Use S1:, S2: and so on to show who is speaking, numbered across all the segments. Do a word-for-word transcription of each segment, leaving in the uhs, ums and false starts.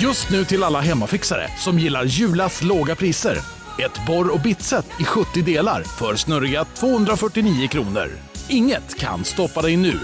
S1: Just nu till alla hemmafixare som gillar Julas låga priser. Ett borr- och bitset i sjuttio delar för snurriga tvåhundrafyrtionio kronor. Inget kan stoppa dig nu.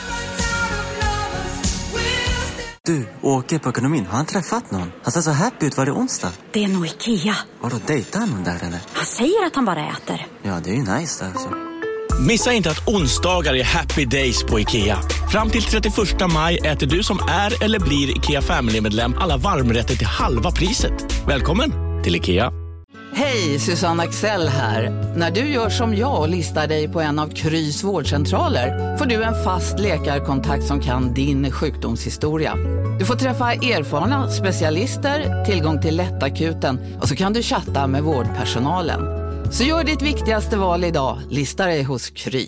S2: Du, åker på ekonomin. Har han träffat någon? Han ser så happy ut. Var det onsdag?
S3: Det är nog Ikea.
S2: Har du dejtat någon där eller?
S3: Han säger att han bara äter.
S2: Ja, det är ju nice alltså.
S4: Missa inte att onsdagar är happy days på Ikea. Fram till trettioförsta maj äter du som är eller blir Ikea Family-medlem alla varmrätter till halva priset. Välkommen till Ikea.
S5: Hej, Susanne Axel här. När du gör som jag och listar dig på en av Krys vårdcentraler får du en fast läkarkontakt som kan din sjukdomshistoria. Du får träffa erfarna specialister, tillgång till lättakuten och så kan du chatta med vårdpersonalen. Så gör ditt viktigaste val idag, lista dig hos Kry.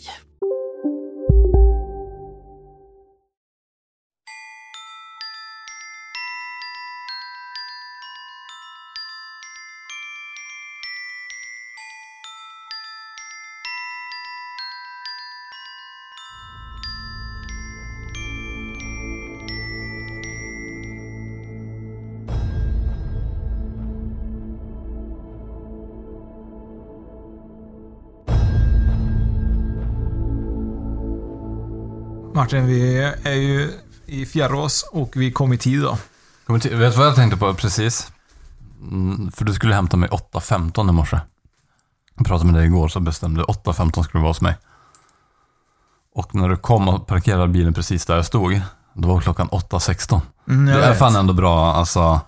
S6: Martin, vi är ju i Fjärås och vi kom i tid då.
S7: Vet du vad jag tänkte på precis? Mm, för du skulle hämta mig åtta femton i morse. Jag pratade med dig igår så bestämde åtta femton skulle vara hos mig. Och när du kom och parkerade bilen precis där jag stod, då var klockan åtta sexton. Mm, det är vet. fan ändå bra, alltså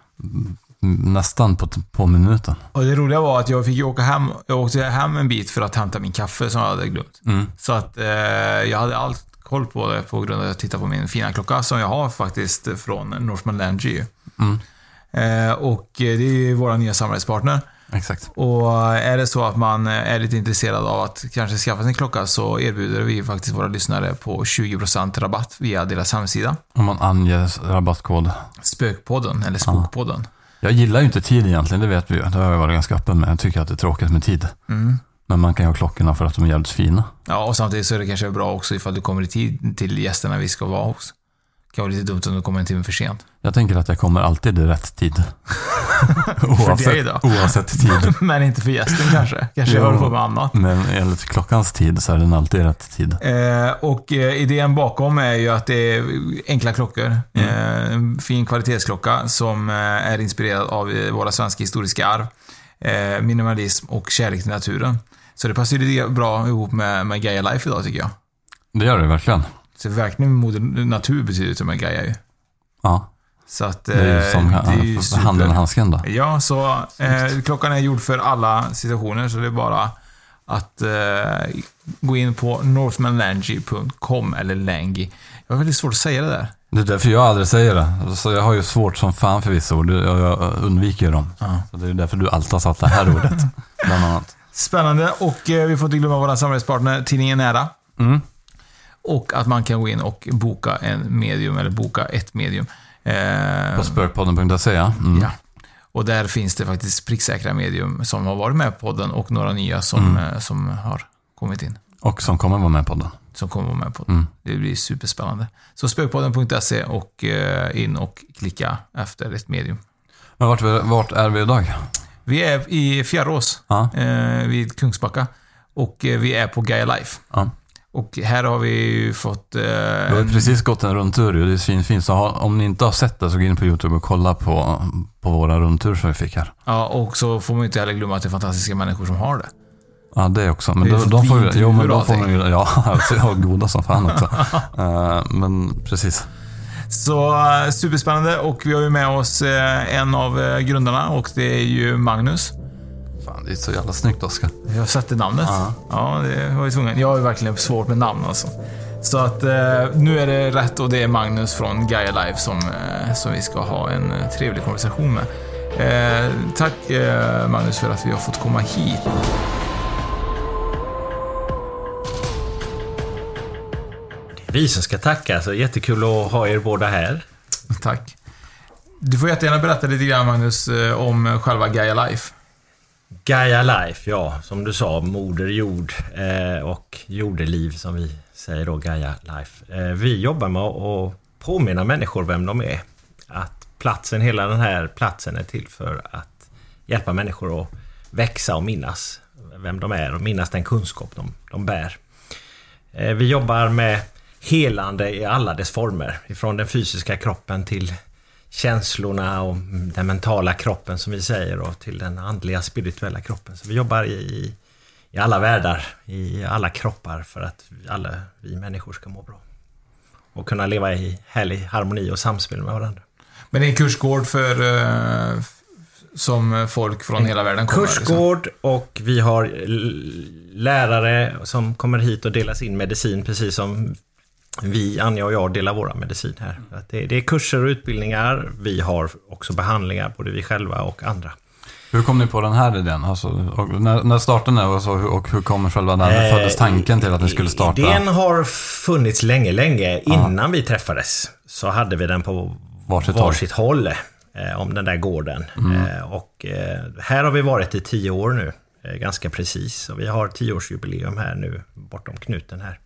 S7: nästan på, på minuten.
S6: Och det roliga var att jag fick åka hem, jag åkte hem en bit för att hämta min kaffe som jag hade glömt. Mm. Så att eh, jag hade allt koll på det på grund av att jag tittar på min fina klocka som jag har faktiskt från Northman Landry. Mm. Eh, och det är ju våra nya samarbetspartner.
S7: Exakt.
S6: Och är det så att man är lite intresserad av att kanske skaffa sin klocka så erbjuder vi faktiskt våra lyssnare på tjugo procent rabatt via deras hemsida.
S7: Om man anger rabattkod
S6: Spökpodden eller Spokpodden.
S7: Ja. Jag gillar ju inte tid egentligen, det vet vi ju. Det har jag varit ganska öppen med. Jag tycker att det är tråkigt med tid. Mm. Men man kan ju ha klockorna för att de är jävligt fina.
S6: Ja, och samtidigt så är det kanske bra också ifall du kommer i tid till gästerna vi ska vara hos. Det kan vara lite dumt om du kommer en timme för sent.
S7: Jag tänker att jag kommer alltid i rätt tid.
S6: oavsett, för dig då?
S7: Oavsett tid.
S6: Men inte för gästen kanske. Kanske jo, jag håller på med annat.
S7: Men enligt klockans tid så är den alltid i rätt tid.
S6: Eh, och eh, idén bakom är ju att det är enkla klockor. Mm. Eh, en fin kvalitetsklocka som eh, är inspirerad av eh, våra svenska historiska arv. Eh, minimalism och kärlek till naturen. Så det passar ju lite bra ihop med, med Gaia Life idag tycker jag.
S7: Det gör det verkligen.
S6: Så verkligen moder natur betyder det med Gaia ju.
S7: Ja.
S6: Så att,
S7: det är ju som eh, handen och handsken då.
S6: Ja, så eh, klockan är gjord för alla situationer så det är bara att eh, gå in på northman langy punkt com eller Langy. Jag har väldigt svårt att säga det där.
S7: Det är därför jag aldrig säger det. Så jag har ju svårt som fan för vissa ord. Jag, jag undviker dem. Ja. Så det är därför du alltid har satt det här ordet. Bland annat.
S6: Spännande. Och eh, vi får inte glömma våra samarbetspartner Tidningen Nära. Mm. Och att man kan gå in och boka en medium eller boka ett medium. Eh,
S7: på spökpodden punkt se. Mm.
S6: Ja. Och där finns det faktiskt pricksäkra medium som har varit med på podden och några nya som, mm. eh, som har kommit in.
S7: Och som kommer vara med på podden.
S6: Som kommer vara med på podden. Mm. Det blir superspännande. Så spökpodden punkt se och eh, in och klicka efter ett medium.
S7: Men vart, vart är vi idag?
S6: Vi är i Fjärås ja. eh, vid Kungsbacka. Och eh, vi är på Gaia Life. Ja. Och här har vi ju fått... Eh,
S7: du har precis gått en rundtur och det är fint, fint. Så ha, om ni inte har sett det så gå in på YouTube och kolla på, på våra rundtur som vi fick här.
S6: Ja, och så får man ju inte heller glömma att det är fantastiska människor som har det.
S7: Ja, det också. Men de, de får ju... Jo, men de får man ju... Ja, alltså, jag har goda som fan också. uh, men precis.
S6: Så uh, superspännande. Och vi har ju med oss uh, en av uh, grundarna och det är ju Magnus.
S7: Fan, det är så jävla snyggt, Oskar.
S6: Jag har sett det namnet. Uh-huh. Ja, det var ju tvungen. Jag har ju verkligen svårt med namn alltså. Så att uh, nu är det rätt och det är Magnus från Gaia Life som, uh, som vi ska ha en uh, trevlig konversation med. Uh, tack uh, Magnus för att vi har fått komma hit.
S8: Vi som ska tacka, så jättekul att ha er båda här.
S6: Tack. Du får jättegärna berätta lite grann, Magnus, om själva Gaia Life.
S8: Gaia Life, ja, som du sa, moder jord eh, och jordeliv som vi säger då, Gaia Life. Eh, vi jobbar med att påminna människor vem de är. Att platsen, hela den här platsen är till för att hjälpa människor att växa och minnas vem de är och minnas den kunskap de, de bär. Vi jobbar med helande i alla dess former, ifrån den fysiska kroppen till känslorna och den mentala kroppen som vi säger och till den andliga spirituella kroppen. Så vi jobbar i, i alla världar, i alla kroppar för att alla vi människor ska må bra och kunna leva i härlig harmoni och samspel med varandra.
S6: Men det är en kursgård för uh, som folk från en hela världen kommer?
S8: Kursgård liksom. Och vi har lärare som kommer hit och delar sin medicin precis som vi, Anja och jag, delar våra medicin här. Att det, det är kurser och utbildningar. Vi har också behandlingar, både vi själva och andra.
S7: Hur kom ni på den här idén? Alltså, och när, när startade den och, så, och hur kom själva den eh, föddes tanken till att ni skulle starta?
S8: Idén har funnits länge, länge. Innan ah. vi träffades så hade vi den på varsitt, varsitt håll, håll eh, om den där gården. Mm. Eh, och eh, här har vi varit i tio år nu, eh, ganska precis. Och vi har tioårsjubileum här nu, bortom knuten här.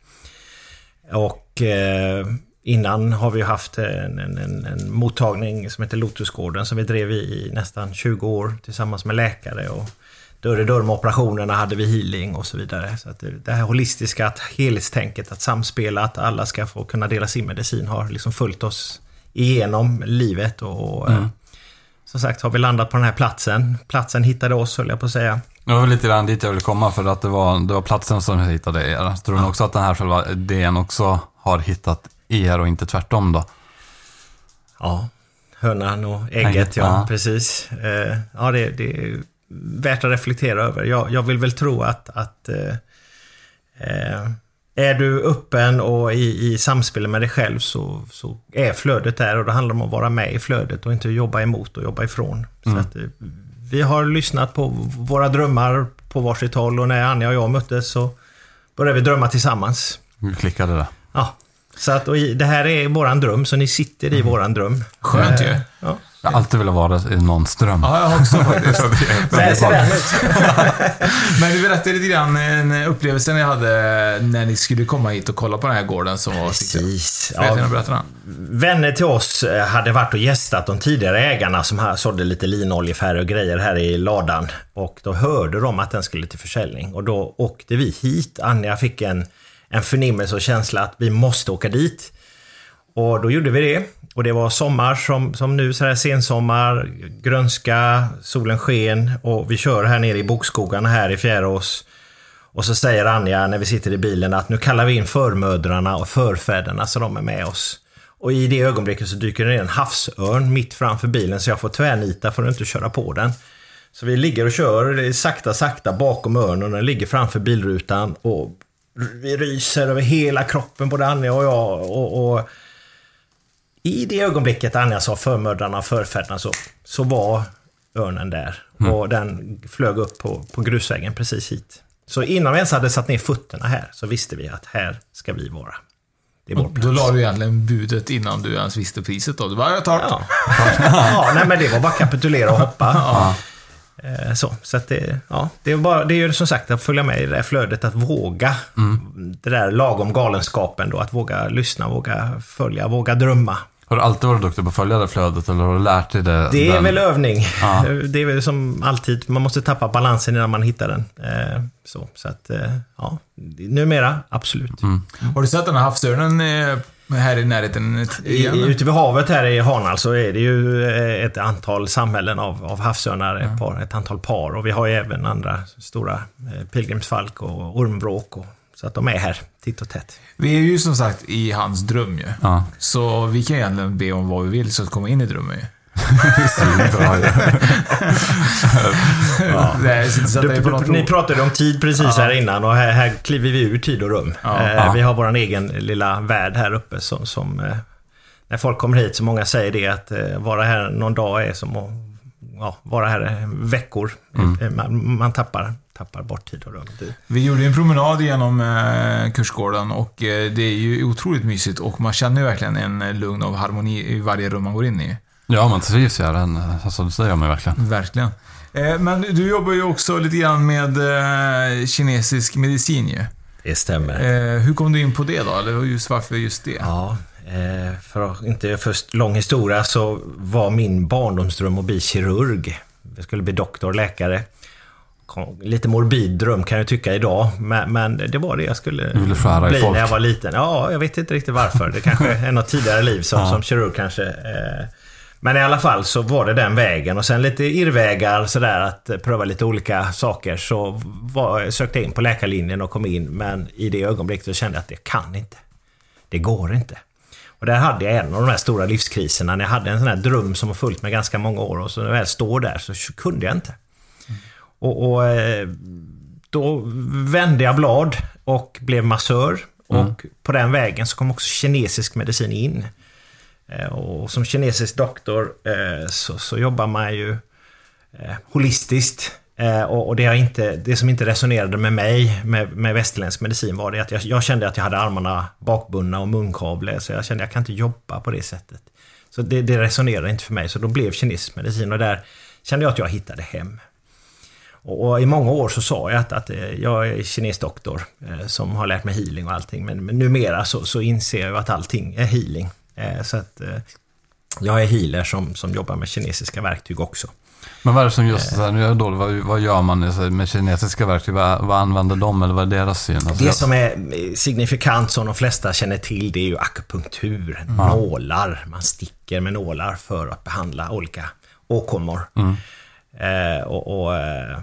S8: Och eh, innan har vi haft en, en, en mottagning som heter Lotusgården som vi drev i, i nästan tjugo år tillsammans med läkare, och dörr i dörr med operationerna hade vi healing och så vidare. Så att det, det här holistiska, att helhetstänket, att samspela, att alla ska få kunna dela sin medicin har liksom följt oss igenom livet och mm. eh, som sagt har vi landat på den här platsen. Platsen hittade oss, höll jag på att säga.
S7: Det var väl lite grann dit jag ville komma, för att det var, det var platsen som hittade er. Tror du ja. också att den här själva idén också har hittat er och inte tvärtom då?
S8: Ja, hönan och ägget, ja, ja, precis. Eh, ja, det, det är värt att reflektera över. Jag, jag vill väl tro att, att eh, är du öppen och i, i samspel med dig själv så, så är flödet där, och det handlar om att vara med i flödet och inte jobba emot och jobba ifrån. Mm. Så att vi har lyssnat på våra drömmar på varsitt håll, och när Anja och jag möttes så började vi drömma tillsammans.
S7: Vi klickade det.
S8: Ja, så att, och det här är våran dröm, så ni sitter i mm. våran dröm.
S6: Skönt ju.
S8: Ja.
S7: Jag har alltid velat vara i någons dröm.
S6: Ja, jag har också faktiskt.
S8: Men,
S6: Men du berättade lite grann en upplevelse ni hade när ni skulle komma hit och kolla på den här gården som var...
S8: Precis.
S6: Ja,
S8: vänner till oss hade varit och gästat de tidigare ägarna som här sådde lite linoljefärg och grejer här i ladan. Och då hörde de att den skulle till försäljning. Och då åkte vi hit. Anja fick en, en förnimmelse och känsla att vi måste åka dit. Och då gjorde vi det. Och det var sommar som, som nu, så här sensommar, grönska, solen sken, och vi kör här nere i bokskogarna här i Fjärås. Och så säger Anja när vi sitter i bilen att nu kallar vi in förmödrarna och förfäderna så de är med oss. Och i det ögonblicket så dyker det en havsörn mitt framför bilen, så jag får tvärnita för att inte köra på den. Så vi ligger och kör sakta sakta bakom örnen, och den ligger framför bilrutan, och vi ryser över hela kroppen, både Anja och jag, och... och i det ögonblicket Anja sa förmödrarna och förfäderna så, så var örnen där. Mm. Och den flög upp på, på grusvägen precis hit. Så innan vi ens hade satt ner fötterna här så visste vi att här ska vi vara. Det är vår plats.
S6: Då la du egentligen budet innan du ens visste priset då. Det var jag tar.
S8: Ja. Ja, nej, men det var bara kapitulera och hoppa. Ja. Så, så att det, ja, det är bara, det är ju som sagt att följa med i det där flödet, att våga mm. det där lagom galenskapen då, att våga lyssna, våga följa, våga drömma.
S7: Har du alltid varit duktig på att följa det flödet, eller har du lärt dig det?
S8: Det är
S7: den...
S8: väl övning. Ja. Det är väl som alltid, man måste tappa balansen innan man hittar den. Så, så att, ja, numera, absolut. Mm.
S6: Har du sett den här havsörnen här i närheten?
S8: I, ute vid havet här i Hanal så är det ju ett antal samhällen av, av havsörnar, ett, par, ett antal par. Och vi har ju även andra stora pilgrimsfalk och ormvråk och så att de är här titt och tätt.
S6: Vi är ju som sagt i hans dröm ju. Ja. Så vi kan egentligen be om vad vi vill så att komma in i drömmen ju.
S8: Ja. Nej, du, ni pratade om tid precis ja. här innan, och här, här kliver vi ur tid och rum. Ja. Eh, vi har vår egen lilla värld här uppe som, som eh, när folk kommer hit så många säger det att eh, vara här någon dag är som att ja, vara här veckor. Mm. Man, man tappar tappar bort tid och rum.
S6: Vi gjorde en promenad genom eh, kursgården, och eh, det är ju otroligt mysigt, och man känner ju verkligen en lugn och harmoni i varje rum man går in i.
S7: Ja, man trivs ju här, alltså, det säger man verkligen.
S6: Verkligen. Eh, men du jobbar ju också lite grann med eh, kinesisk medicin ju.
S8: Det stämmer.
S6: Eh, hur kom du in på det då? Eller just varför just det?
S8: Ja, Eh, för att inte för lång historia så var min barndomsdröm att bli kirurg. Jag skulle bli doktor, läkare. Lite morbid dröm kan jag tycka idag, men, men det var det jag skulle
S7: bli när
S8: jag var liten. Ja, jag vet inte riktigt varför. Det kanske är något tidigare liv som, ja. som kirurg kanske. Eh, men i alla fall så var det den vägen. Och sen lite irrvägar sådär att pröva lite olika saker. Så var, sökte jag in på läkarlinjen och kom in. Men i det ögonblicket så kände jag att jag kan inte. Det går inte. Och där hade jag en av de här stora livskriserna. När jag hade en sån här dröm som har följt mig ganska många år. Och så när jag väl står där så kunde jag inte. Mm. Och, och då vände jag blad och blev massör. Mm. Och på den vägen så kom också kinesisk medicin in. Och som kinesisk doktor så, så jobbar man ju holistiskt. Och det, jag inte, det som inte resonerade med mig med, med västerländsk medicin var det att jag, jag kände att jag hade armarna bakbundna och munkavle. Så jag kände att jag kan inte jobba på det sättet. Så det, det resonerade inte för mig. Så då blev kinesisk medicin och där kände jag att jag hittade hem. Och i många år så sa jag att, att jag är kinesdoktor eh, som har lärt mig healing och allting. Men, men numera så, så inser jag att allting är healing. Eh, så att eh, jag är healer som, som jobbar med kinesiska verktyg också.
S7: Men vad är det som just så här, då, vad, vad gör man med kinesiska verktyg? Vad, vad använder de eller vad är deras syn? Alltså,
S8: det som är signifikant som de flesta känner till, det är ju akupunktur. Mm. Nålar, man sticker med nålar för att behandla olika åkommor. Mm. Eh, och... och eh,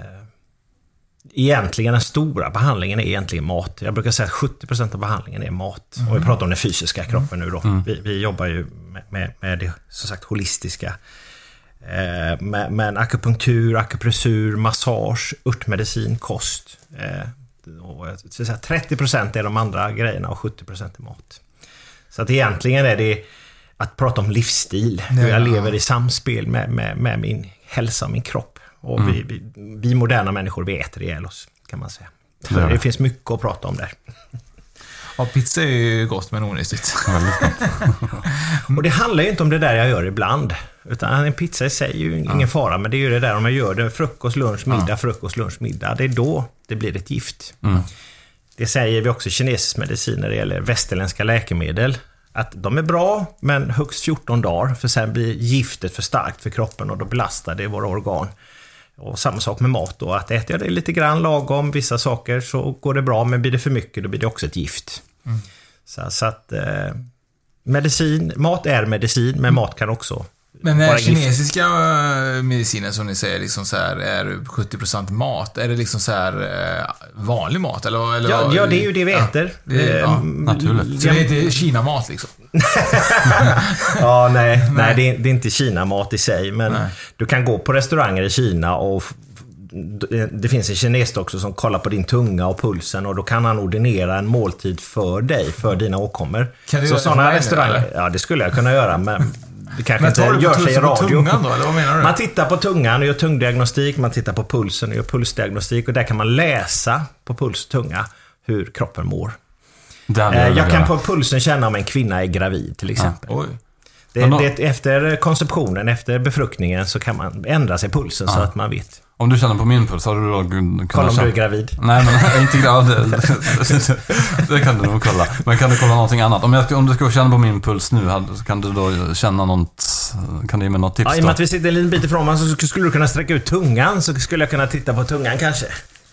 S8: egentligen den stora behandlingen är egentligen mat. Jag brukar säga att sjuttio procent av behandlingen är mat. Mm. Och vi pratar om den fysiska kroppen nu då. Mm. Vi, vi jobbar ju med, med, med det som sagt holistiska. Eh, med, med akupunktur, akupressur, massage, örtmedicin, kost. Eh, och så säga, trettio procent är de andra grejerna och sjuttio procent är mat. Så att egentligen är det att prata om livsstil. Hur jag lever i samspel med, med, med min hälsa och min kropp. Och mm. vi, vi, vi moderna människor, vi äter ihjäl oss, kan man säga. Det, det finns mycket att prata om där.
S6: Ja, pizza är ju gott men onyttigt.
S8: Och det handlar ju inte om det där jag gör ibland. Utan en pizza i sig är ju ingen ja. fara. Men det är ju det där om jag gör det frukost, lunch, middag, ja. frukost, lunch, middag. Det är då det blir ett gift. Mm. Det säger vi också i kinesisk medicin när det gäller västerländska läkemedel. Att de är bra, men högst fjorton dagar. För sen blir giftet för starkt för kroppen och då belastar det våra organ. Och samma sak med mat då. Att äter jag det lite grann lagom vissa saker så går det bra. Men blir det för mycket då blir det också ett gift. Mm. Så, så att eh, medicin, mat är medicin, men mat kan också.
S6: Men den kinesiska gift. Medicinen som ni säger liksom så här, är sjuttio procent mat. Är det liksom så här vanlig mat? Eller, eller,
S8: ja, ja, det är ju det vi
S6: ja,
S8: äter.
S6: Det är, ja, naturligt. Så det är inte Kina-mat liksom?
S8: ja, nej, nej. nej det, är, det är inte Kina-mat i sig. Men nej. Du kan gå på restauranger i Kina och det finns en kines också som kollar på din tunga och pulsen och då kan han ordinera en måltid för dig, för dina åkommor.
S6: Kan du
S8: så sådana restauranger,
S6: eller?
S8: Ja, det skulle jag kunna göra, men det kanske
S6: men
S8: inte gör sig i radio.
S6: Tungan då, eller vad menar du?
S8: Man tittar på tungan och gör tungdiagnostik, man tittar på pulsen och gör pulsdiagnostik och där kan man läsa på puls och tunga hur kroppen mår. Eh, jag kan på pulsen känna om en kvinna är gravid till exempel. Ja, oj. Det, då, det, efter konceptionen, efter befruktningen så kan man ändra sig pulsen ja. så att man vet.
S7: Om du känner på min puls har du då kunnat
S8: kolla om
S7: känna...
S8: du är gravid.
S7: Nej, men inte gravid. Det kan du nog kolla. Men kan du kolla någonting annat? Om, jag, om du ska känna på min puls nu, så kan du då känna något... Kan du ge mig något tips då?
S8: Ja, i och med att vi sitter en liten bit ifrån man så skulle du kunna sträcka ut tungan. Så skulle jag kunna titta på tungan kanske.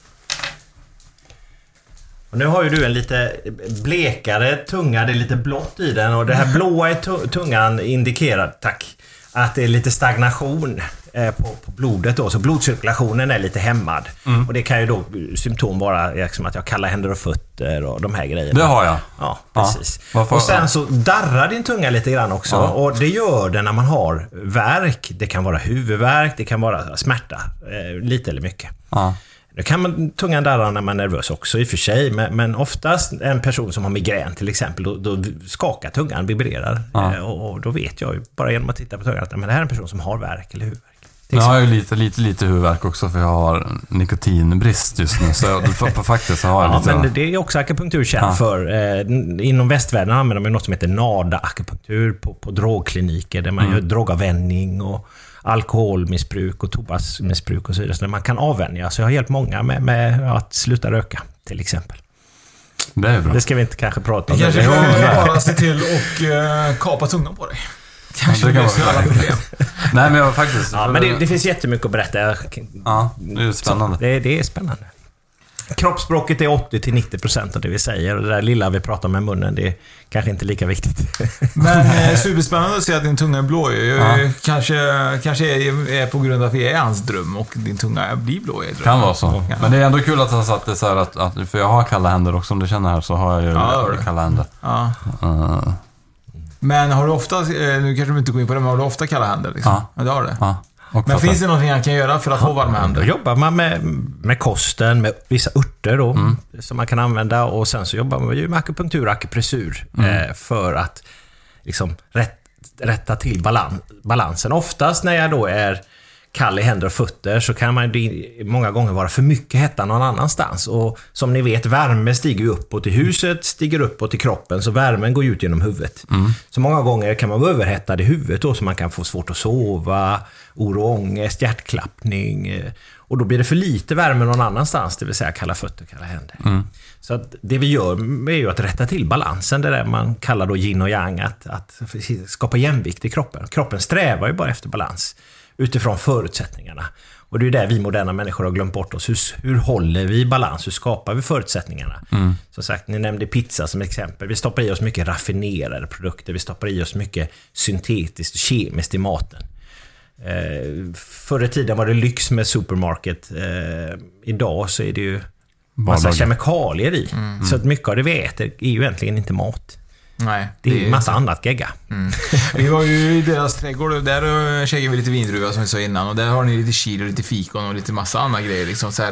S8: Och nu har ju du en lite blekare tunga, det är lite blått i den. Och det här blåa i tungan indikerar, tack, att det är lite stagnation på, på blodet då. Så blodcirkulationen är lite hämmad. Mm. Och det kan ju då symptom vara liksom att jag har kalla händer och fötter och de här grejerna.
S7: Det har jag.
S8: Ja, precis.
S7: Ja,
S8: och sen så darrar din tunga lite grann också. Ja. Och det gör det när man har värk. Det kan vara huvudvärk, det kan vara smärta. Eh, lite eller mycket. Ja. Nu kan man tungan darra när man är nervös också i och för sig. Men, men oftast en person som har migrän till exempel, då, då skakar tungan, vibrerar. Ja. Eh, och, och då vet jag ju bara genom att titta på tungan att men det här är en person som har värk eller huvudvärk.
S7: Jag har ju lite, lite, lite huvudvärk också för jag har nikotinbrist just nu. Så jag, på faktiskt så har jag
S8: ja,
S7: lite...
S8: men det är också akupunktur känd ja. för. Eh, inom västvärlden använder man något som heter NADA-akupunktur på, på drogkliniker där man mm. gör drogavvänjning och alkoholmissbruk och tobaksmissbruk och så vidare. Så man kan avvänja. Så jag har hjälpt många med, med att sluta röka till exempel.
S7: Det är bra.
S8: Det ska vi inte kanske prata om.
S6: Vi kanske får bara se till och uh, kapa tungan på dig. Kanske
S7: ja, det kan
S6: löser alla problem.
S7: Nej, men jag faktiskt...
S8: Ja, men det, det finns jättemycket att berätta.
S7: Ja, det är spännande.
S8: Det, det är spännande. Kroppsspråket är åttio till nittio procent av det vi säger. Och det där lilla vi pratar med munnen, det är kanske inte lika viktigt.
S6: Men eh, superspännande att se att din tunga är blå. Jag,
S7: Ja.
S6: Kanske, kanske är, är på grund av att vi är hans dröm och din tunga blir blå i dröm.
S7: Kan vara så.
S6: Ja.
S7: Men det är ändå kul att han satt det så här att, att... För jag har kalla händer också, om du känner här så har jag ju
S6: Ja,
S7: ja, kalla händer.
S6: Ja.
S7: Uh,
S6: Men har du ofta, eh, nu kanske du inte går in på det, men har du ofta kalla händer? Liksom?
S7: Ja.
S6: Ja, det har det.
S7: ja. Och
S6: Men
S7: fattar.
S6: finns det någonting han kan göra för att få varma
S8: Då
S6: händer?
S8: jobbar man med, med kosten, med vissa örter då,
S7: Mm.
S8: som man kan använda. Och sen så jobbar man ju med akupunktur och akupressur
S7: Mm.
S8: eh, för att liksom rätt, rätta till balan, balansen. Oftast när jag då är kall i händer och fötter så kan man det många gånger vara för mycket hetta någon annanstans. Och som ni vet, värme stiger uppåt i huset, stiger uppåt i kroppen, så värmen går ut genom huvudet.
S7: Mm.
S8: Så många gånger kan man vara överhettad i huvudet då, så man kan få svårt att sova, oro och ångest, hjärtklappning. Och då blir det för lite värme någon annanstans, det vill säga kalla fötter och kalla händer.
S7: Mm.
S8: Så att det vi gör är ju att rätta till balansen, det där man kallar då yin och yang, att, att skapa jämvikt i kroppen. Kroppen strävar ju bara efter balans utifrån förutsättningarna. Och det är ju där vi moderna människor har glömt bort oss. Hur, hur håller vi balans? Hur skapar vi förutsättningarna? Mm. Som sagt, ni nämnde pizza som exempel. Vi stoppar i oss mycket raffinerade produkter. Vi stoppar i oss mycket syntetiskt och kemiskt i maten. Eh, förr i tiden var det lyx med supermarket. Eh, idag så är det ju massa
S7: Vardagen.
S8: kemikalier i.
S6: Mm.
S8: Så att mycket av det vi äter är ju egentligen inte mat.
S6: Nej.
S8: Det är en massa annat gegga.
S6: Mm. Vi var ju i deras trädgård och där käkade vi lite vindruva som vi sa innan. Och där har ni lite chili och lite fikon och lite massa andra grejer. Liksom. Så här,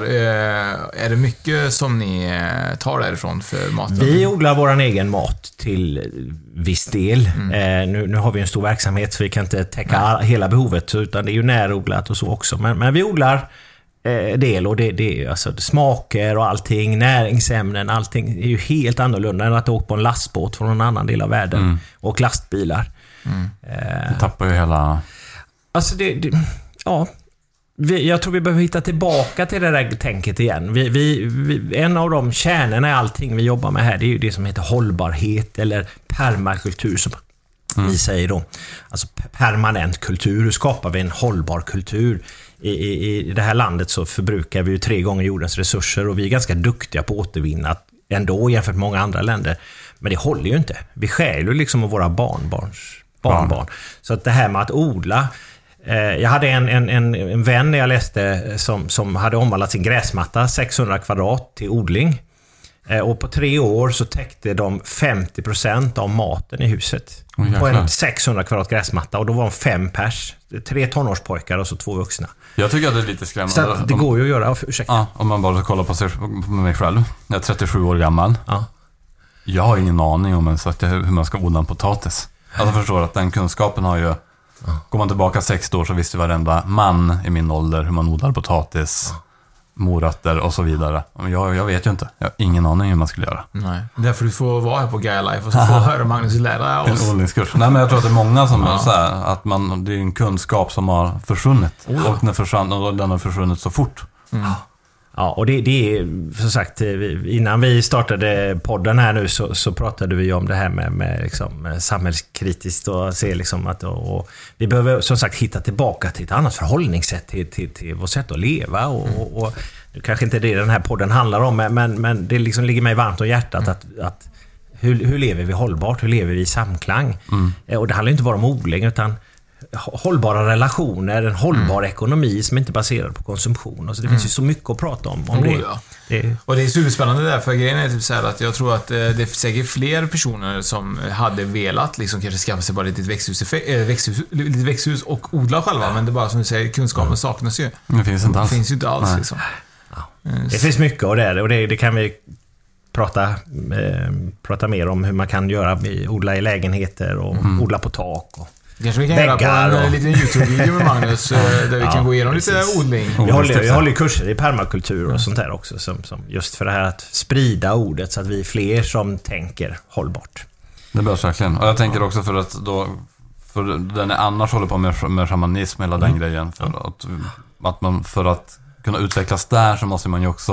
S6: är det mycket som ni tar därifrån för maten?
S8: Vi odlar vår egen mat till viss del. Mm. Eh, nu, nu har vi en stor verksamhet så vi kan inte täcka all, hela behovet, utan det är ju närodlat och så också. Men, men vi odlar eh, del och det, det är alltså smaker och allting, näringsämnen, allting är ju helt annorlunda än att åka på en lastbåt från en annan del av världen mm. och lastbilar.
S6: Mm.
S8: Eh,
S7: Du tappar ju hela...
S8: Alltså det... det ja... Vi, jag tror vi behöver hitta tillbaka till det där tänket igen. Vi, vi, vi, en av de kärnorna i allting vi jobbar med här, det är ju det som heter hållbarhet eller permakultur som mm. vi säger då. Alltså permanent kultur. Hur skapar vi en hållbar kultur? I, i, I det här landet så förbrukar vi ju tre gånger jordens resurser och vi är ganska duktiga på att återvinna ändå jämfört med många andra länder. Men det håller ju inte. Vi stjäl ju liksom av våra barnbarns barnbarn. Barn. Så att det här med att odla. Jag hade en, en, en, en vän när jag läste som, som hade omvandlat sin gräsmatta sexhundra kvadrat till odling. Och på tre år så täckte de femtio procent av maten i huset.
S7: Oh,
S8: på en sexhundra kvadrat gräsmatta. Och då var de fem pers. Tre tonårspojkar och så två vuxna.
S7: Jag tycker att det är lite skrämmande.
S8: Så det går ju att göra. Ursäkta.
S7: Ja, om man bara kollar på, sig, på mig själv. Jag är trettiosju år gammal.
S8: Ja.
S7: Jag har ingen aning om ens att det, hur man ska odla en potatis. Alltså jag förstår att den kunskapen har ju... Ja. Går man tillbaka sex år så visste varenda man i min ålder hur man odlar potatis, ja. morötter och så vidare. Jag, jag vet ju inte. Jag har ingen aning hur man skulle göra.
S6: Nej. Därför du får vara här på Gaia Life och så får höra Magnus lära oss.
S7: En odlingskurs. Nej, men jag tror att det är många som
S6: ja.
S7: är så här, att man, det är en kunskap som har försvunnit. Oh. Och, den försvann, och den har försvunnit så fort.
S8: Mm. Ja, och det, det är som sagt, innan vi startade podden här nu så, så pratade vi om det här med, med liksom, samhällskritiskt och se liksom att och, och vi behöver som sagt hitta tillbaka till ett annat förhållningssätt till, till, till vårt sätt att leva och, mm. och, och kanske inte det den här podden handlar om, men, men det liksom ligger mig varmt om hjärtat mm. att, att hur, hur lever vi hållbart, hur lever vi i samklang? Mm. Och det handlar inte bara om odling utan hållbara relationer, en hållbar mm. ekonomi som inte är baserad på konsumtion. Alltså det mm. finns ju så mycket att prata om, om
S6: oh,
S8: det.
S6: Ja.
S8: det.
S6: Och det är superspännande där, för grejen är typ så här att jag tror att det är säkert fler personer som hade velat liksom kanske skaffa sig bara lite växthus, växthus, lite växthus och odla själva, men det är bara som du säger, kunskapen mm. saknas ju.
S7: Det finns inte alls.
S6: Det finns ju inte alls liksom.
S8: Ja. Det finns mycket av det och det, det kan vi prata, eh, prata mer om hur man kan göra, odla i lägenheter och mm. odla på tak och
S6: kanske vi kan göra på en och... liten YouTube-video med Magnus där vi ja, kan gå igenom precis. Lite odling.
S8: Vi håller, vi håller kurser i permakultur och sånt där också som, som just för det här att sprida ordet så att vi är fler som tänker hållbart.
S7: Det behövs verkligen. Och jag tänker också för att då för den är annars håller på med, med shamanism hela den mm. grejen för ja. att, att man för att kunna utvecklas där så måste man ju också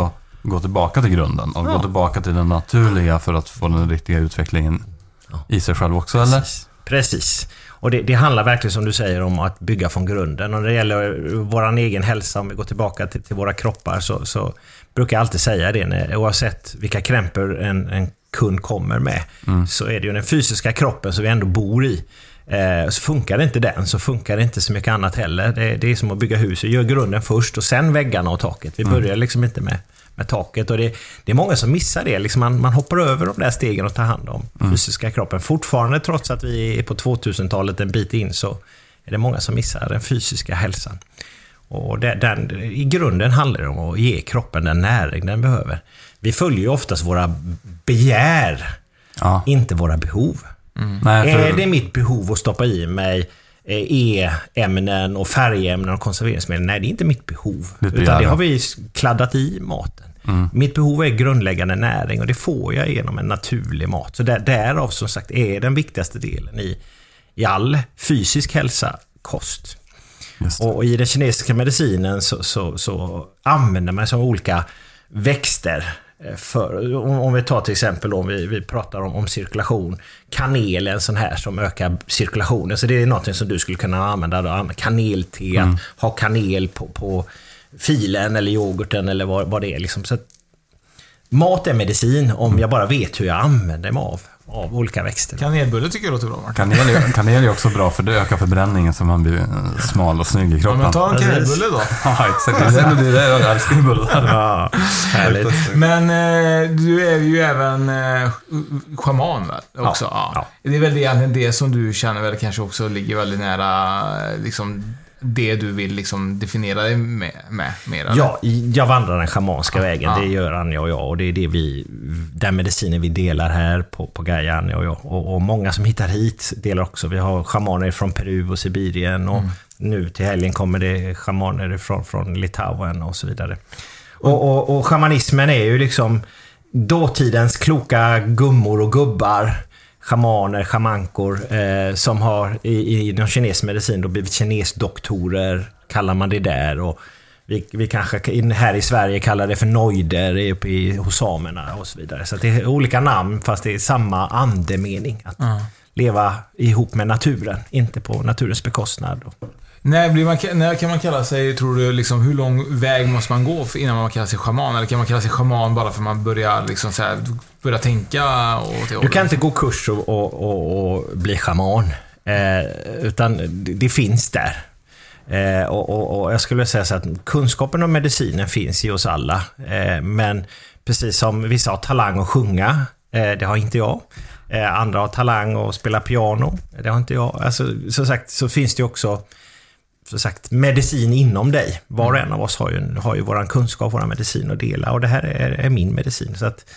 S7: gå tillbaka till grunden och
S8: Ja.
S7: gå tillbaka till den naturliga för att få den riktiga utvecklingen ja. i sig själv också, eller?
S8: Precis. Precis. Och det, det handlar verkligen, som du säger, om att bygga från grunden. Och när det gäller vår egen hälsa, om vi går tillbaka till, till våra kroppar, så, så brukar jag alltid säga det, när, oavsett vilka krämpor en, en kund kommer med, mm. så är det ju den fysiska kroppen som vi ändå bor i. Eh, så funkar det inte den, så funkar det inte så mycket annat heller. Det, det är som att bygga hus. Vi gör grunden först och sen väggarna och taket. Vi börjar liksom inte med, med taket. Och det, det är många som missar det. Liksom man, man hoppar över de där stegen och tar hand om mm. fysiska kroppen. Fortfarande, trots att vi är på tvåtusentalet en bit in, så är det många som missar den fysiska hälsan. Och det, den, i grunden handlar det om att ge kroppen den näring den behöver. Vi följer ju oftast våra begär, ja. inte våra behov. Mm. Nej, för... Är det mitt behov att stoppa i mig E-ämnen och färgämnen och konserveringsmedel? Nej, det är inte mitt behov. Det utan det har vi kladdat i maten. Mm. Mitt behov är grundläggande näring, och det får jag genom en naturlig mat. Så där, därav, som sagt, är den viktigaste delen i, i all fysisk hälsa kost. Och i den kinesiska medicinen så, så, så använder man så olika växter. För, om vi tar till exempel, om vi, vi pratar om, om cirkulation, kanel är en sån här som ökar cirkulationen, så det är något som du skulle kunna använda då, kanelte, mm. ha kanel på, på filen eller yoghurten eller vad, vad det är liksom. Så att mat är medicin om mm. jag bara vet hur jag använder mig av, av olika växter.
S6: Kanelbulle tycker jag låter bra, Martin.
S7: Kanel är, kanel är också bra, för det ökar förbränningen så man blir smal och snygg i kroppen.
S6: Ja, men ta en kanelbulle då.
S7: Ja, exakt. Det är det jag älskar i bullar.
S8: Ja, härligt.
S6: Men eh, du är ju även eh, schaman väl, också. Ja, ja. Ja. Det är väl egentligen det som du känner väl kanske också ligger väldigt nära liksom det du vill liksom definiera dig med, med mer,
S8: ja, jag vandrar den schamanska ja, vägen. Ja. Det gör Anja och jag, och det är det vi, den medicinen vi delar här på, på Gaia, Anja och jag. Och, och många som hittar hit delar också. Vi har schamaner från Peru och Sibirien, och mm. nu till helgen kommer det schamaner från, från Litauen och så vidare. Och, och, och schamanismen är ju liksom dåtidens kloka gummor och gubbar, schamaner, schamankor, eh, som har i, i den kinesiska medicin då blivit kinesdoktorer, kallar man det där. Och vi, vi kanske här i Sverige kallar det för noider uppe i, hos samerna och så vidare. Så att det är olika namn, fast det är samma andemening. Att mm. leva ihop med naturen, inte på naturens bekostnad.
S6: När, blir man, när kan man kalla sig, tror du, liksom, hur lång väg måste man gå för innan man kallar sig shaman? Eller kan man kalla sig shaman bara för man börjar, liksom, så här, börjar tänka? Och
S8: du kan inte gå kurs och, och, och, och bli shaman. Eh, utan det, det finns där. Eh, och, och, och jag skulle säga så att kunskapen om medicinen finns i oss alla. Eh, men precis som vissa har talang att sjunga, eh, det har inte jag. Eh, andra har talang att spela piano, det har inte jag. Alltså, så sagt, så finns det också så sagt medicin inom dig. Var och en av oss har ju, har ju våran kunskap, våran medicin att dela, och det här är, är min medicin. Så att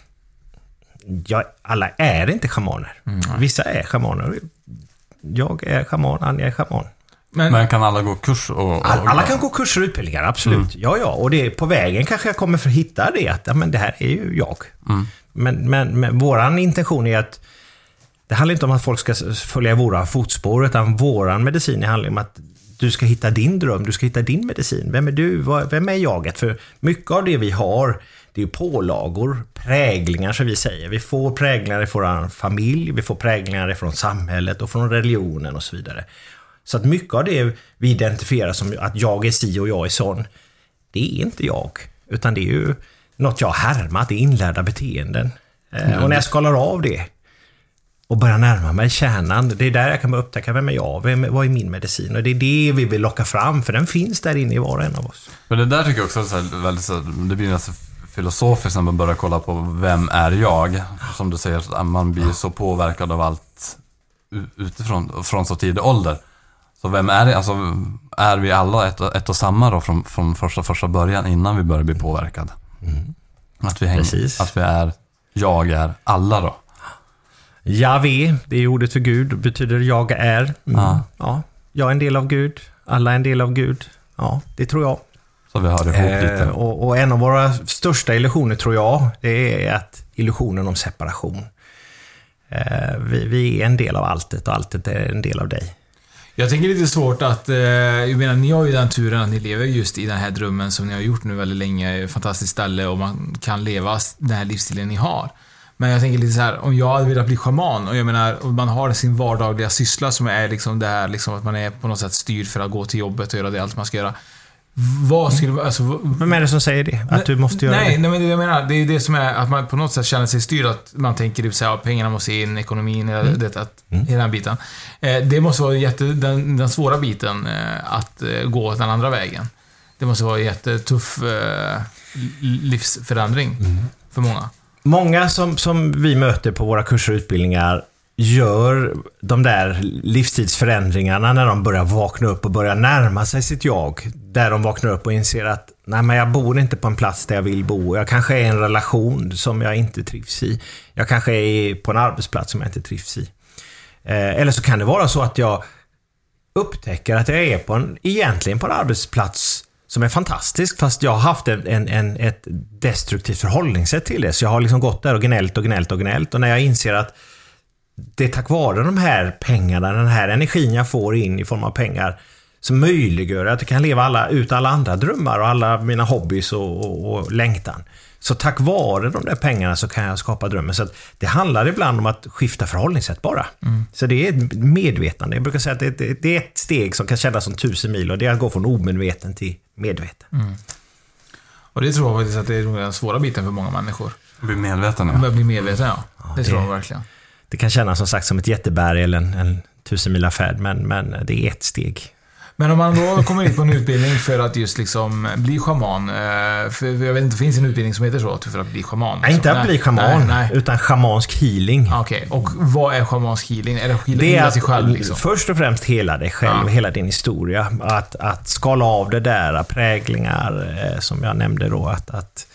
S8: jag, alla är inte schamaner. Mm. Vissa är schamaner. Jag är schaman, Anja är schaman.
S7: Men, Men kan alla gå kurs? Och, och,
S8: alla, alla kan gå kurser och utbildningar, absolut. Mm. Ja, ja. Och det, på vägen kanske jag kommer för att hitta det, att ja, men det här är ju jag. Mm. Men, men, men våran intention är att det handlar inte om att folk ska följa våra fotspår, utan våran medicin handlar om att du ska hitta din dröm, du ska hitta din medicin. Vem är du? Vem är jaget? För mycket av det vi har, det är ju pålagor, präglingar som vi säger. Vi får präglingar från vår familj, vi får präglingar från samhället och från religionen och så vidare. Så att mycket av det vi identifierar som att jag är si och jag är sån, det är inte jag. Utan det är ju något jag har härmat, det är inlärda beteenden. Mm. Och när jag skalar av det och börjar närma mig kärnan, det är där jag kan börja upptäcka vem är jag, vem, vad är min medicin, och det är det vi vill locka fram, för den finns där inne i var och en av oss.
S7: Men det där tycker jag också så här, väldigt så, det blir nästan filosofiskt när man börjar kolla på vem är jag, som du säger, man blir så påverkad av allt utifrån från så tidig ålder. Så vem är det? Alltså, är vi alla ett, ett och samma då från, från första, första början innan vi börjar bli påverkad? Mm. Att, vi hänger, att vi är, jag är alla då.
S8: Javé, det är ordet för Gud, betyder jag är. Mm. Ja. Ja, jag är en del av Gud, alla är en del av Gud. Ja, det tror jag.
S7: Så vi har det ihop lite.
S8: Eh, och, och en av våra största illusioner, tror jag, det är att illusionen om separation. Eh, vi, vi är en del av alltet, och alltet är en del av dig.
S6: Jag tänker lite svårt att, eh, jag menar, ni har ju den turen att ni lever just i den här drömmen som ni har gjort nu väldigt länge, fantastiskt ställe och man kan leva den här livsstilen ni har. Men jag tänker lite så här, om jag hade velat bli shaman och jag menar, om man har sin vardagliga syssla som är liksom det här, liksom att man är på något sätt styrd för att gå till jobbet och göra det allt man ska göra. Vad skulle, alltså,
S8: vem är det som säger det? Att du måste göra
S6: nej,
S8: det?
S6: Nej, men det jag menar, det är det som är att man på något sätt känner sig styrd, att man tänker typ så här, pengarna måste in, ekonomin, mm. det, att, mm. hela den biten. Eh, det måste vara jätte, den, den svåra biten, eh, att eh, gå den andra vägen. Det måste vara en jättetuff eh, livsförändring mm. för många.
S8: Många som, som vi möter på våra kurser och utbildningar gör de där livstidsförändringarna när de börjar vakna upp och börjar närma sig sitt jag. Där de vaknar upp och inser att nej, men jag bor inte på en plats där jag vill bo. Jag kanske är i en relation som jag inte trivs i. Jag kanske är på en arbetsplats som jag inte trivs i. Eh, eller så kan det vara så att jag upptäcker att jag är på en, egentligen på en arbetsplats som är fantastisk, fast jag har haft en, en, ett destruktivt förhållningssätt till det. Så jag har liksom gått där och gnällt och gnällt och gnällt. Och när jag inser att det är tack vare de här pengarna, den här energin jag får in i form av pengar, som möjliggör att jag kan leva alla, ut alla andra drömmar och alla mina hobbys och, och, och längtan. Så tack vare de där pengarna så kan jag skapa drömmen. Så att det handlar ibland om att skifta förhållningssätt bara. Mm. Så det är ett medvetande. Jag brukar säga att det, det, det är ett steg som kan kännas som tusen mil, och det är att gå från omedveten till medveten.
S6: Mm. Och det tror jag faktiskt att det är den svåra biten för många människor.
S7: Bli medveten, ja.
S6: Bli medveten, ja. ja det, det tror jag verkligen.
S8: Det kan kännas som sagt som ett jätteberg eller en, en tusen mila färd, men, men det är ett steg.
S6: Men om man då kommer ut på en utbildning för att just liksom bli shaman, för jag vet inte, det finns en utbildning som heter så för att bli shaman.
S8: Nej, inte att nej, bli shaman, nej, nej. utan shamansk healing.
S6: Okej, okay. Och vad är shamansk healing? Är det healing det är att, sig själv liksom?
S8: Först och främst hela dig själv, ja. Hela din historia. Att, att skala av det där, präglingar eh, som jag nämnde då. Att, att...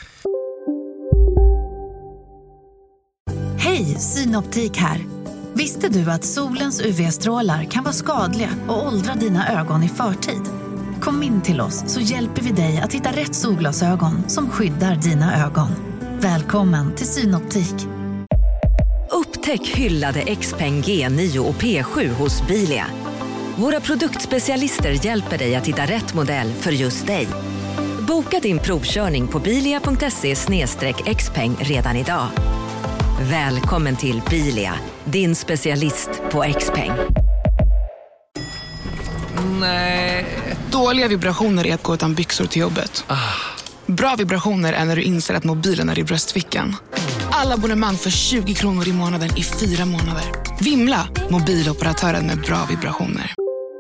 S9: Hej, Synoptik här. Visste du att solens U V-strålar kan vara skadliga och åldra dina ögon i förtid? Kom in till oss så hjälper vi dig att hitta rätt solglasögon som skyddar dina ögon. Välkommen till Synoptik.
S3: Upptäck hyllade Xpeng G nio och P sju hos Bilia. Våra produktspecialister hjälper dig att hitta rätt modell för just dig. Boka din provkörning på bilia punkt se slash xpeng redan idag. Välkommen till Bilia, din specialist på Xpeng.
S10: Nej. Dåliga vibrationer är att gå utan byxor till jobbet. Ah. Bra vibrationer är när du inser att mobilen är i bröstfickan. Alla abonnemang för tjugo kronor i månaden i fyra månader. Vimla, mobiloperatören med bra vibrationer.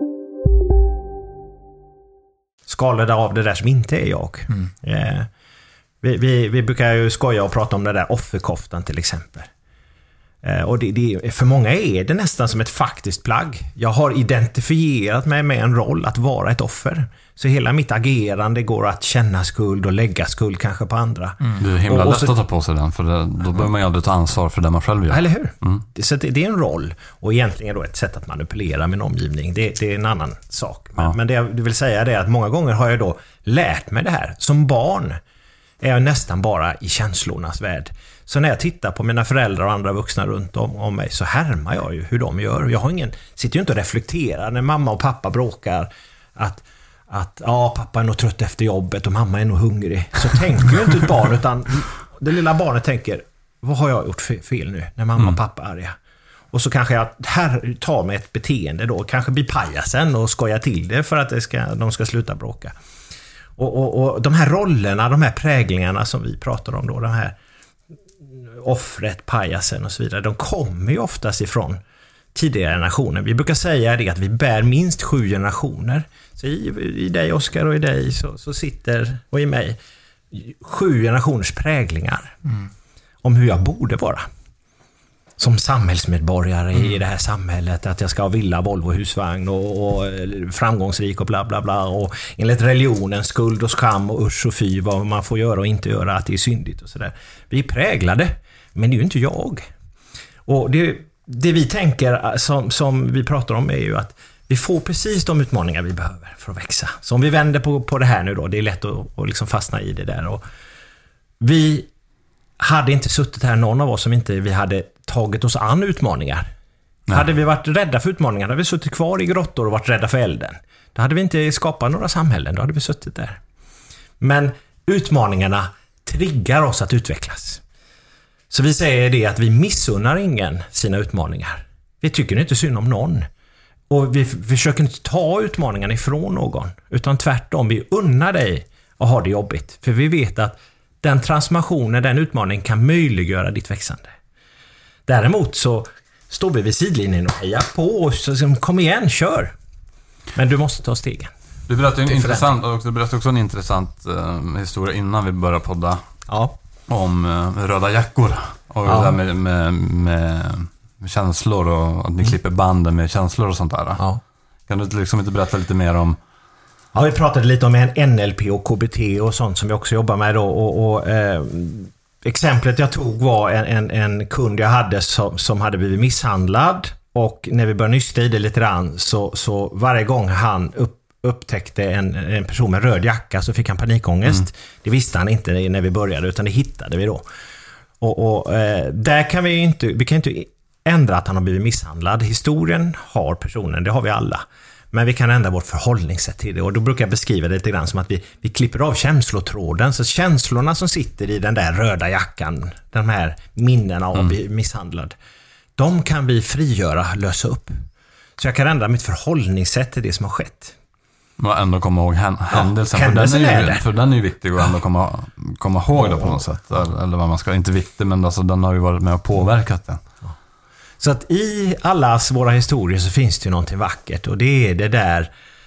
S8: Skalade av det där som inte är jag. Mm. Yeah. Vi, vi, vi brukar ju skoja och prata om det där offerkoftan till exempel. Eh, och det, det, för många är det nästan som ett faktiskt plagg. Jag har identifierat mig med en roll att vara ett offer. Så hela mitt agerande går att känna skuld och lägga skuld kanske på andra.
S7: Mm. Det är himla och, och så, lätt att ta på sig den, för det, då behöver man ju aldrig ta ansvar för det man själv gör.
S8: Eller hur?
S7: Mm.
S8: Det, så det, det är en roll. Och egentligen då ett sätt att manipulera min omgivning. Det, det är en annan sak. Men, ja. men det jag vill säga är att många gånger har jag då lärt mig det här. Som barn är jag nästan bara i känslornas värld. Så när jag tittar på mina föräldrar och andra vuxna runt om, om mig så härmar jag ju hur de gör. Jag har ingen, sitter ju inte och reflekterar när mamma och pappa bråkar att, att ja, pappa är nog trött efter jobbet och mamma är nog hungrig. Så tänker ju inte ett barn, utan det lilla barnet tänker, vad har jag gjort fel nu när mamma och pappa är arga? Och så kanske jag här tar med ett beteende då, kanske blir pajasen och skojar till det för att det ska, de ska sluta bråka. Och, och, och de här rollerna, de här präglingarna som vi pratar om då, de här offret, pajasen och så vidare, de kommer ju oftast ifrån tidigare generationer. Vi brukar säga det att vi bär minst sju generationer. Så i, i dig Oskar och i dig så, så sitter, och i mig, sju generationers präglingar mm. om hur jag borde vara som samhällsmedborgare mm. i det här samhället, att jag ska ha villa, Volvo, husvagn och, och framgångsrik och bla bla bla, och enligt religionen skuld och skam och usch och fy, vad man får göra och inte göra, att det är syndigt och sådär. Vi är präglade, men det är ju inte jag. Och det, det vi tänker som, som vi pratar om är ju att vi får precis de utmaningar vi behöver för att växa. Så om vi vänder på, på det här nu då, det är lätt att, att liksom fastna i det där. Och vi hade inte suttit här, någon av oss, som inte vi hade tagit oss an utmaningar Nej. Hade vi varit rädda för utmaningar, hade vi suttit kvar i grottor och varit rädda för elden. Då hade vi inte skapat några samhällen, då hade vi suttit där. Men utmaningarna triggar oss att utvecklas. Så vi säger det att vi missunnar ingen sina utmaningar. Vi tycker inte synd om någon. Och vi försöker inte ta utmaningarna ifrån någon. Utan tvärtom, vi unnar dig att ha det jobbigt. För vi vet att den transformationen, den utmaningen kan möjliggöra ditt växande. Däremot så står vi vid sidlinjen och hejar på och så, kom igen, kör. Men du måste ta stegen.
S7: Du berättade, en intressant, och du berättade också en intressant uh, historia innan vi började podda.
S8: Ja.
S7: Om uh, röda jackor. Och ja. Det där med, med, med känslor och att ni klipper banden med känslor och sånt där.
S8: Ja.
S7: Kan du liksom inte berätta lite mer om...
S8: Ja, vi pratade lite om en N L P och K B T och sånt som vi också jobbar med då. Och, och, eh, exemplet jag tog var en, en, en kund jag hade som, som hade blivit misshandlad. Och när vi började nysta i det lite grann så, så varje gång han upp, upptäckte en, en person med röd jacka så fick han panikångest. Mm. Det visste han inte när vi började, utan det hittade vi då. Och, och eh, där kan vi inte, vi kan inte ändra att han har blivit misshandlad. Historien har personen, det har vi alla. Men vi kan ändra vårt förhållningssätt till det. Och då brukar jag beskriva det lite grann som att vi, vi klipper av känslotråden. Så känslorna som sitter i den där röda jackan, de här minnena av mm. misshandlad, de kan vi frigöra, lösa upp. Så jag kan ändra mitt förhållningssätt till det som har skett.
S7: Och ändå komma ihåg händelsen.
S8: Ja,
S7: för,
S8: händelsen
S7: den är ju,
S8: är det.
S7: för den är ju viktig att ändå komma, komma ihåg det på något sätt. Eller, eller vad man ska, inte viktig, men alltså, den har ju varit med och påverkat den.
S8: Så att i allas våra historier så finns det ju någonting vackert. Och det är det där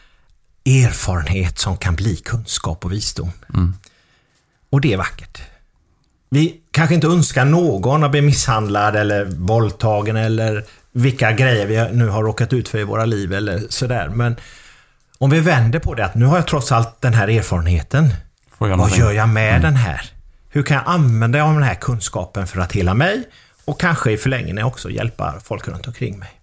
S8: erfarenhet som kan bli kunskap och visdom.
S7: Mm.
S8: Och det är vackert. Vi kanske inte önskar någon att bli misshandlad eller våldtagen eller vilka grejer vi nu har råkat ut för i våra liv eller sådär. Men om vi vänder på det, att nu har jag trots allt den här erfarenheten. Vad gör jag med mm. den här? Hur kan jag använda av den här kunskapen för att hela mig och kanske i förlängningen också hjälpa folk runt omkring mig?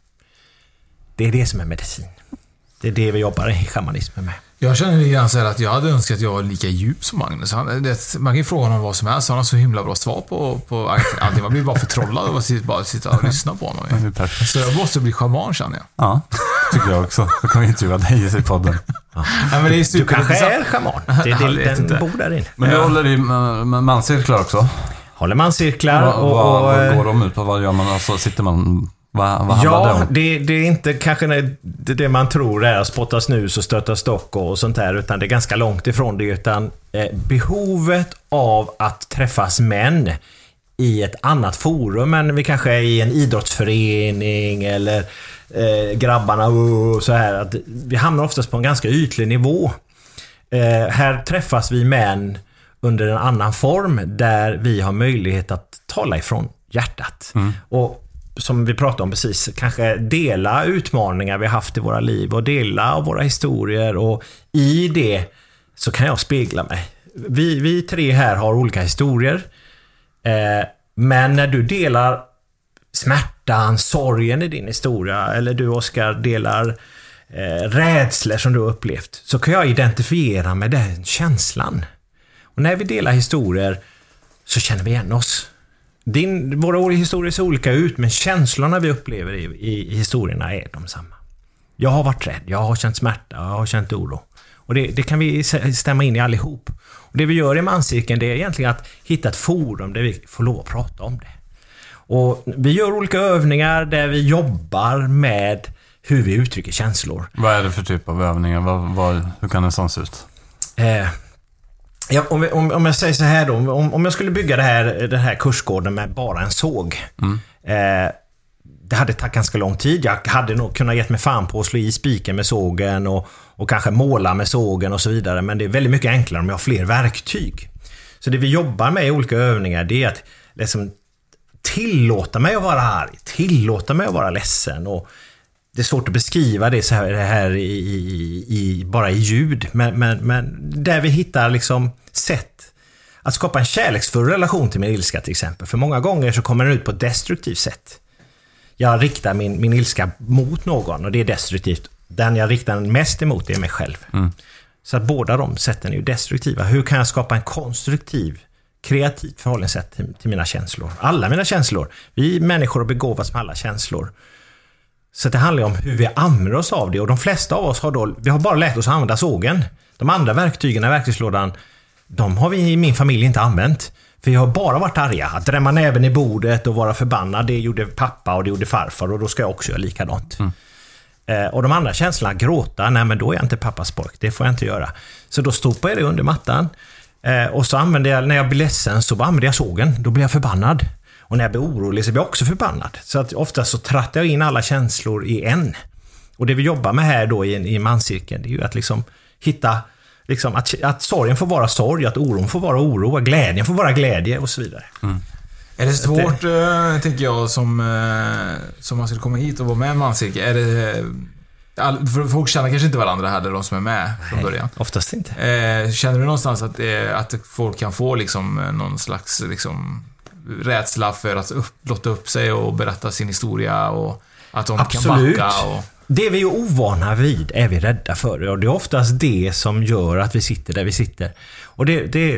S8: Det är det som är medicin. Det är det vi jobbar i shamanismen med.
S6: Jag känner lite grann så här att jag hade önskat att jag var lika djup som Magnus. Han, det, man kan ju fråga honom vad som helst. Han har så himla bra svar på, på allting. Man blir bara förtrollad av att sitta, bara sitta och lyssna på honom. Så jag måste bli shaman, känner jag.
S7: Ja, tycker jag också. Då kan vi intervjua dig i podden.
S8: Ja. Ja, men det är du kanske är shaman. Det är den bor där inne.
S7: Men du ja. håller i mancirklar också?
S8: Håller mancirklar.
S7: Och, och, och, vad går de ut på? Vad gör man? Alltså, sitter man... Vad, vad
S8: ja, det, det är inte kanske det, det man tror är att spotta snus och stöta stock och sånt där, utan det är ganska långt ifrån det, utan eh, behovet av att träffas män i ett annat forum än vi kanske är i en idrottsförening eller eh, grabbarna och så här, att vi hamnar oftast på en ganska ytlig nivå. Eh, här träffas vi män under en annan form där vi har möjlighet att tala ifrån hjärtat.
S7: Mm.
S8: Och som vi pratade om precis, kanske dela utmaningar vi har haft i våra liv och dela av våra historier, och i det så kan jag spegla mig. Vi, vi tre här har olika historier, eh, men när du delar smärtan, sorgen i din historia, eller du, Oskar, delar eh, rädslor som du har upplevt, så kan jag identifiera med den känslan. Och när vi delar historier så känner vi igen oss. Din, våra historier ser olika ut, men känslorna vi upplever i, i, i historierna är de samma. Jag har varit rädd, jag har känt smärta, jag har känt oro. Och det, det kan vi stämma in i allihop. Och det vi gör i mancirkeln, det är egentligen att hitta ett forum där vi får lov att prata om det. Och vi gör olika övningar där vi jobbar med hur vi uttrycker känslor.
S7: Vad är det för typ av övningar? Vad, vad, hur kan en sån se ut?
S8: Eh, Ja, om, om, om jag säger så här då, om, om jag skulle bygga det här, den här kursgården med bara en såg,
S7: mm.
S8: eh, det hade tagit ganska lång tid. Jag hade nog kunnat gett mig fan på att slå i spiken med sågen och, och kanske måla med sågen och så vidare, men det är väldigt mycket enklare om jag har fler verktyg. Så det vi jobbar med i olika övningar, det är att liksom tillåta mig att vara arg, tillåta mig att vara ledsen, och det är svårt att beskriva det så här, det här i, i, i, bara i ljud. Men, men, men där vi hittar liksom sätt att skapa en kärleksfull relation till min ilska till exempel. För många gånger så kommer den ut på ett destruktivt sätt. Jag riktar min, min ilska mot någon och det är destruktivt. Den jag riktar den mest emot är mig själv.
S7: Mm.
S8: Så att båda de sätten är ju destruktiva. Hur kan jag skapa en konstruktiv, kreativt förhållningssätt till, till mina känslor? Alla mina känslor. Vi människor har begåvats med alla känslor. Så det handlar om hur vi använder oss av det. Och de flesta av oss har då, vi har bara lärt oss att använda sågen. De andra verktygen i verktygslådan, de har vi i min familj inte använt. För vi har bara varit arga. Att drämma näven i bordet och vara förbannad, det gjorde pappa och det gjorde farfar. Och då ska jag också göra likadant. Mm. Eh, och de andra känslorna, gråta, nej men då är jag inte pappas pojk. Det får jag inte göra. Så då stoppar jag det under mattan. Eh, och så använder jag, när jag blir ledsen så använder jag sågen. Då blir jag förbannad. Och när jag blir orolig så blir jag också förbannad. Så att ofta så trattar jag in alla känslor i en. Och det vi jobbar med här då i, i manscirkeln, det är ju att liksom hitta, liksom att, att sorgen får vara sorg, att oron får vara oro, att glädjen får vara glädje och så vidare. Mm.
S6: Är det svårt, det, tänker jag, som, som man skulle komma hit och vara med i manscirkeln? Är det... All, för folk känner kanske inte varandra här, de som är med från
S8: Nej,
S6: början.
S8: Oftast inte.
S6: Eh, känner du någonstans att, det, att folk kan få liksom någon slags liksom, rädsla för att upp, blotta upp sig och berätta sin historia och att de
S8: Absolut.
S6: kan backa? Och...
S8: Det vi är ovana vid är vi rädda för, och det är oftast det som gör att vi sitter där vi sitter. Och det, det,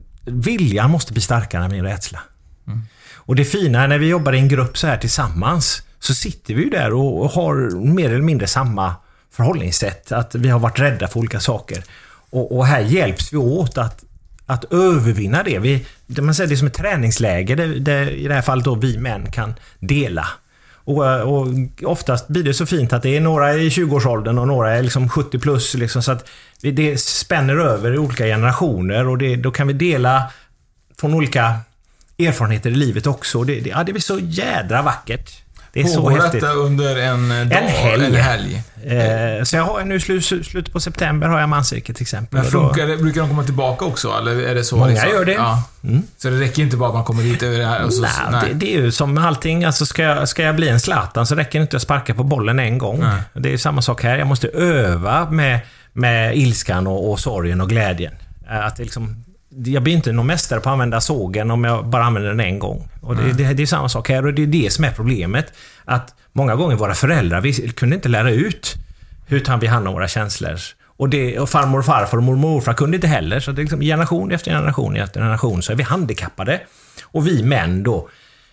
S8: viljan måste bli starkare än min rädsla. Mm. Och det fina är när vi jobbar i en grupp så här tillsammans, så sitter vi ju där och har mer eller mindre samma förhållningssätt, att vi har varit rädda för olika saker. Och, och här hjälps vi åt att, att övervinna det. Vi, det, man säger, det är som ett träningsläger där, där i det här fallet då vi män kan dela. Och, och oftast blir det så fint att det är några i tjugoårsåldern och några är liksom sjuttio plus, liksom, så att det spänner över i olika generationer, och det, då kan vi dela från olika erfarenheter i livet också. Det, det, ja, det blir så jädra vackert. Det är så häftigt.
S6: Detta under en dag,
S8: en helg.
S6: En helg.
S8: Eh, så jag har nu slut, slutet på september har jag manscirkel till exempel.
S6: Men funkar det, brukar de komma tillbaka också? Eller är det så?
S8: Många
S6: liksom?
S8: gör det.
S6: Ja. Mm. Så det räcker inte bara att man kommer hit över det här? Och så,
S8: nej,
S6: nej.
S8: Det, det är ju som allting. Alltså ska, jag, ska jag bli en Zlatan så räcker det inte att sparka på bollen en gång. Nej. Det är samma sak här. Jag måste öva med, med ilskan och, och sorgen och glädjen. Att det liksom... Jag blir inte någon mästare på att använda sågen om jag bara använder den en gång. Och det, det, det är samma sak här, och det är det som är problemet. Att många gånger våra föräldrar, vi kunde inte lära ut hur tar vi hand om våra känslor. Och, det, och farmor och farfar och mormor och morfar kunde inte heller. Så det är liksom generation efter generation efter generation så är vi handikappade. Och vi män då,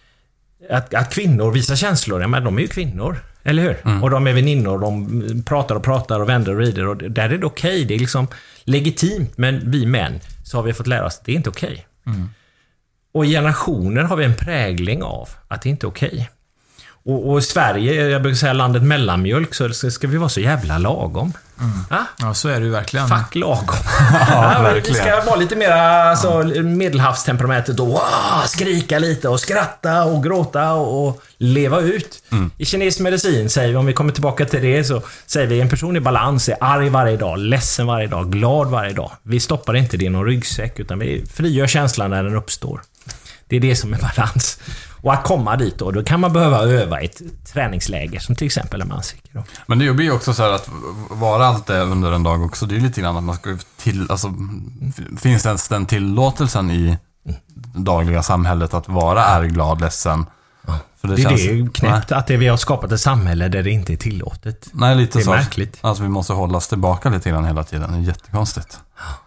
S8: att, att kvinnor visar känslor, ja, men de är ju kvinnor. Eller hur? Mm. Och de är väninnor, de pratar och pratar och vänder och rider. Och där är det okej, okay. Det är liksom legitimt. Men vi män, så har vi fått lära oss att det är inte okej. Okay. Mm. Och i generationer har vi en prägling av att det inte är okej. Okay. Och, och i Sverige, jag brukar säga landet mellanmjölk, så ska vi vara så jävla lagom.
S6: Mm. Ah? Ja, så är det ju verkligen.
S8: Fuck lagom.
S6: Ja,
S8: ja, vi ska vara lite mer alltså, medelhavstemperamentet då. Skrika lite och skratta och gråta och, och leva ut. Mm. I kinesisk medicin säger vi, om vi kommer tillbaka till det, så säger vi en person i balans är arg varje dag, ledsen varje dag, glad varje dag. Vi stoppar inte det i någon ryggsäck, utan vi frigör känslan när den uppstår. Det är det som är balans. Och att komma dit då, då kan man behöva öva ett träningsläger som till exempel en manscirkel.
S7: Men det blir ju också så här att vara allt det under en dag också. Det är lite grann att man ska till, alltså, finns det ens den tillåtelsen i dagliga samhället att vara arg, glad, ledsen? För det,
S8: det
S7: känns,
S8: är ju knäppt att det, vi har skapat ett samhälle där det inte är tillåtet.
S7: Nej, lite
S8: det är
S7: så.
S8: Märkligt.
S7: Alltså vi måste hållas tillbaka lite grann hela tiden. Det är jättekonstigt.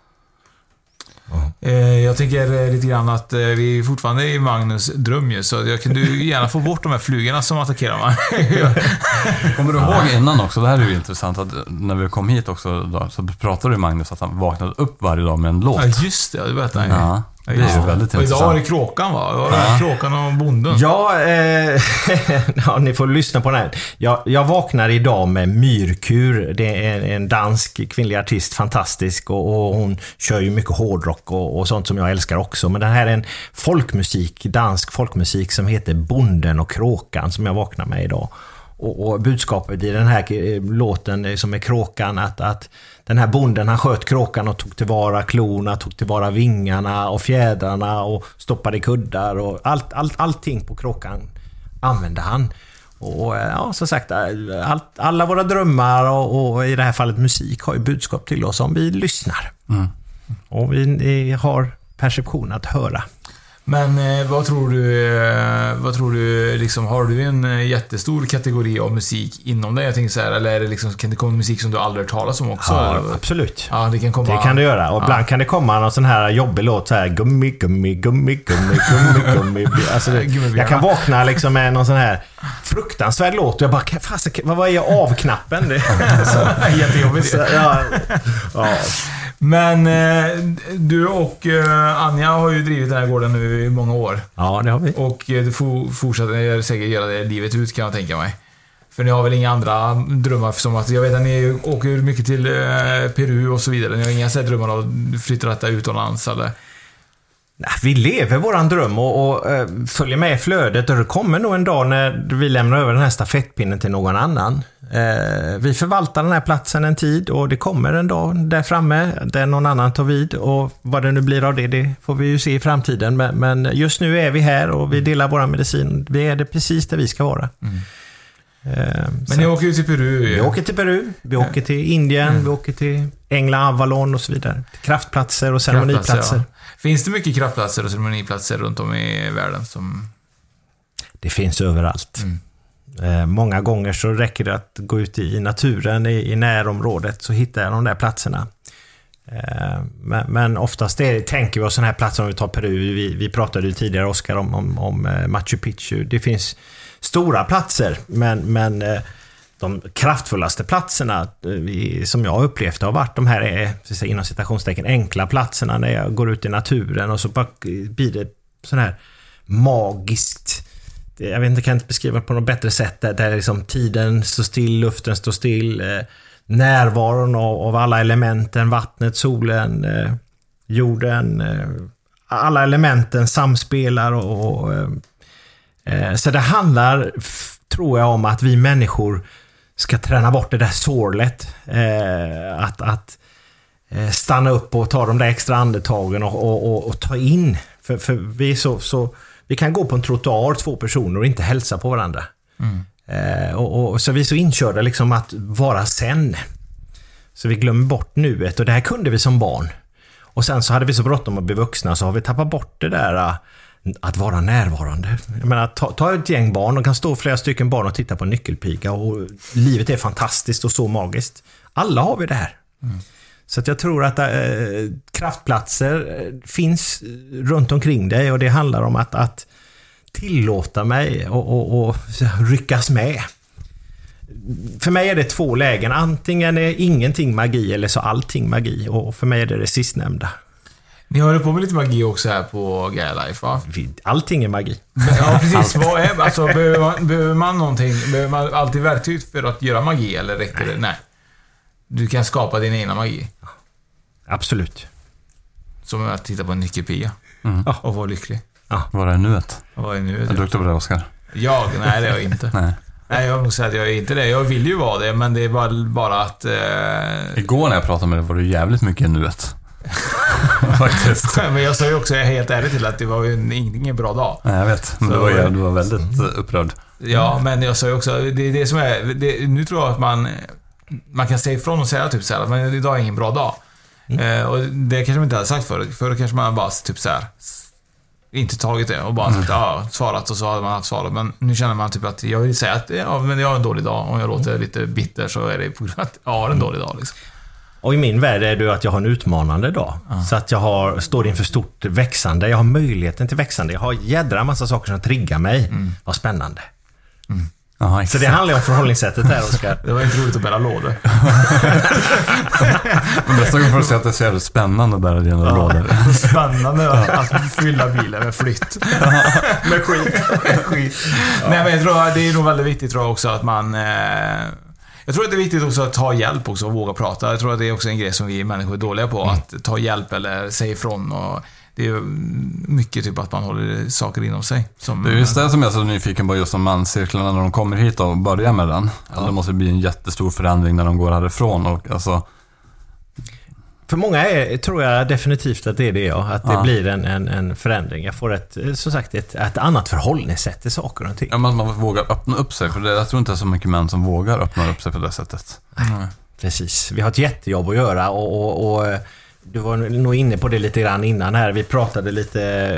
S6: Mm. Jag tänker lite grann att vi är fortfarande i Magnus dröm ju, så jag kan du gärna få bort de här flugorna som attackerar mig.
S7: Kommer du ihåg innan också, det här är ju intressant, att när vi kom hit också då, så pratade Magnus att han vaknade upp varje dag med en låt.
S6: Ja, just det, det vet jag.
S7: Ja, det är ju väldigt intressant.
S6: Och idag var det Kråkan, va? Det var ja. Kråkan och bonden.
S8: Ja, eh, ja, ni får lyssna på den här. Jag, jag vaknar idag med Myrkur. Det är en, en dansk kvinnlig artist, fantastisk, och, och hon kör ju mycket hårdrock och, och sånt som jag älskar också. Men den här är en folkmusik, dansk folkmusik som heter Bonden och Kråkan, som jag vaknar med idag. Och, och budskapet i den här eh, låten som är Kråkan, att, att den här bonden, han sköt kråkan och tog tillvara klorna, tog tillvara vingarna och fjädrarna och stoppade i kuddar och allt, allt, allting på kråkan använde han. Och ja, som sagt, allt, alla våra drömmar och, och i det här fallet musik har ju budskap till oss om vi lyssnar. Mm. Och vi har perception att höra.
S6: Men eh, vad tror du, eh, vad tror du liksom, har du en eh, jättestor kategori av musik inom det? Jag tänker så här, eller är det liksom, kan det komma musik som du aldrig hört talas om också?
S8: Ja, absolut.
S6: Ja, det kan komma.
S8: Det kan det göra. Och
S6: ja.
S8: ibland kan det komma någon sån här jobbig låt så här gummi, gummi, gummi, gummi, gummi, gummi. Alltså, det, jag kan vakna liksom med någon sån här fruktansvärd låt och jag bara, fast, vad är av-knappen?
S6: Jättejobbigt.
S8: Så, ja, ja.
S6: Men eh, du och eh, Anja har ju drivit den här gården nu i många år.
S8: Ja, det har vi.
S6: Och eh, du får fortsätta säkert göra det livet ut, kan jag tänka mig. För ni har väl inga andra drömmar, som att jag vet att ni åker mycket till eh, Peru och så vidare. Ni har inga drömmar av att flytta detta utomlands eller?
S8: Nej, vi lever våran dröm och, och äh, följer med i flödet, och det kommer nog en dag när vi lämnar över den här stafettpinnen till någon annan. Eh, vi förvaltar den här platsen en tid och det kommer en dag där framme där någon annan tar vid, och vad det nu blir av det, det får vi ju se i framtiden. Men, men just nu är vi här och vi delar våra medicin. Vi är det precis där vi ska vara. Mm. Eh,
S6: men ni åker ju till Peru.
S8: Vi åker till Peru, vi ja. åker till Indien, mm. vi åker till England, Avalon och så vidare. Till kraftplatser och ceremoniplatser. Kraftplatser, ja.
S6: Finns det mycket kraftplatser och ceremoniplatser runt om i världen som...
S8: Det finns överallt. Mm. Eh, många gånger så räcker det att gå ut i, i naturen, i, i närområdet, så hittar jag de där platserna. Eh, men, men oftast är, tänker vi oss sådana här platser, om vi tar Peru. Vi, vi pratade ju tidigare, Oskar, om, om, om eh, Machu Picchu. Det finns stora platser, men, men eh, de kraftfullaste platserna eh, som jag har upplevt har varit de här är, så inom citationstecken, enkla platserna när jag går ut i naturen och så bara blir det sån här magiskt. Jag vet inte, kan inte beskriva på något bättre sätt, där, där liksom tiden står still, luften står still, eh, närvaron av, av alla elementen, vattnet, solen, eh, jorden, eh, alla elementen samspelar och, och eh, så det handlar, f- tror jag, om att vi människor ska träna bort det där sorlet, eh, att, att eh, stanna upp och ta de där extra andetagen och, och, och, och ta in, för, för vi är så, så vi kan gå på en trottoar, två personer, och inte hälsa på varandra. Mm. Eh, och, och så vi är så inkörda liksom att vara sen. Så vi glömmer bort nuet, och det här kunde vi som barn. Och sen så hade vi så bråttom att bli vuxna, så har vi tappat bort det där uh, att vara närvarande. Jag menar, ta, ta ett gäng barn, och kan stå flera stycken barn och titta på en nyckelpiga, och livet är fantastiskt och så magiskt. Alla har vi det här. Mm. Så att jag tror att äh, kraftplatser äh, finns runt omkring dig, och det handlar om att, att tillåta mig och, och, och ryckas med. För mig är det två lägen. Antingen är ingenting magi, eller så allting magi. Och för mig är det det sistnämnda.
S6: Ni håller på med lite magi också här på Gaia Life, va?
S8: Allting är magi.
S6: Ja, precis. Vad är, alltså, behöver, man, behöver man någonting? Behöver man alltid verktyg för att göra magi, eller räcker det? Nej. Du kan skapa din egna magi.
S8: Absolut.
S6: Som att titta på en nyckelpiga.
S7: Mm.
S6: Och vara lycklig.
S7: Ja. Vad är nuet?
S6: Vad är nuet?
S7: Är du duktig på det, Oskar?
S6: Jag? Nej, det är jag inte.
S7: Nej.
S6: Nej, jag måste säga att jag är inte det. Jag vill ju vara det, men det är bara, bara att... Eh...
S7: Igår när jag pratade med dig var det jävligt mycket i nuet. Faktiskt.
S6: Men jag sa ju också, jag är helt ärlig till att det var ju ingen bra dag.
S7: Nej, jag vet. Men
S6: så,
S7: du, var, du var väldigt upprörd.
S6: Ja, men jag sa ju också, det är det som är... Det, nu tror jag att man... Man kan säga ifrån och säga typ så här, men idag är ingen bra dag. Mm. Eh, och det kanske man inte hade sagt förut. Förut kanske man bara typ så här inte tagit det och bara mm. sagt, ja, svarat, och så hade man haft svarat. Men nu känner man typ att jag vill säga att ja, men jag har en dålig dag. Om jag låter lite bitter så är det på grund av att jag har en dålig dag liksom.
S8: Och i min värld är det att jag har en utmanande dag. Mm. Så att jag har, står inför stort växande. Jag har möjligheten till växande. Jag har jädra massa saker som triggar mig. Mm. Vad spännande. Mm. Aha, så det handlar om förhållningssättet här, Oskar.
S6: Det var inte roligt att bära lådor.
S7: Men nästa gång får du säga att det är så jävligt spännande att bära dina ja, lådor.
S6: Spännande att fylla bilen med flytt. Med skit. Med skit. Ja. Nej, men jag tror det är nog väldigt viktigt, tror jag också, att man... Eh, jag tror att det är viktigt också att ta hjälp också och våga prata. Jag tror att det är också en grej som vi människor är dåliga på. Mm. Att ta hjälp eller säga ifrån. Och det är mycket typ att man håller saker inom sig. Som,
S7: det är just det som jag är så nyfiken på, just om manscirklarna när de kommer hit och börjar med den. Ja. Det måste bli en jättestor förändring när de går härifrån. Och alltså...
S8: För många är, tror jag definitivt att det är det, ja. Att det ja. blir en, en, en förändring. Jag får ett, som sagt, ett, ett annat förhållningssätt till saker och ting.
S7: Ja, man, man vågar öppna upp sig. För det, jag tror inte det är så mycket män som vågar öppna upp sig på det sättet.
S8: Mm. Precis. Vi har ett jättejobb att göra, och, och, och du var nog inne på det lite grann innan här. Vi pratade lite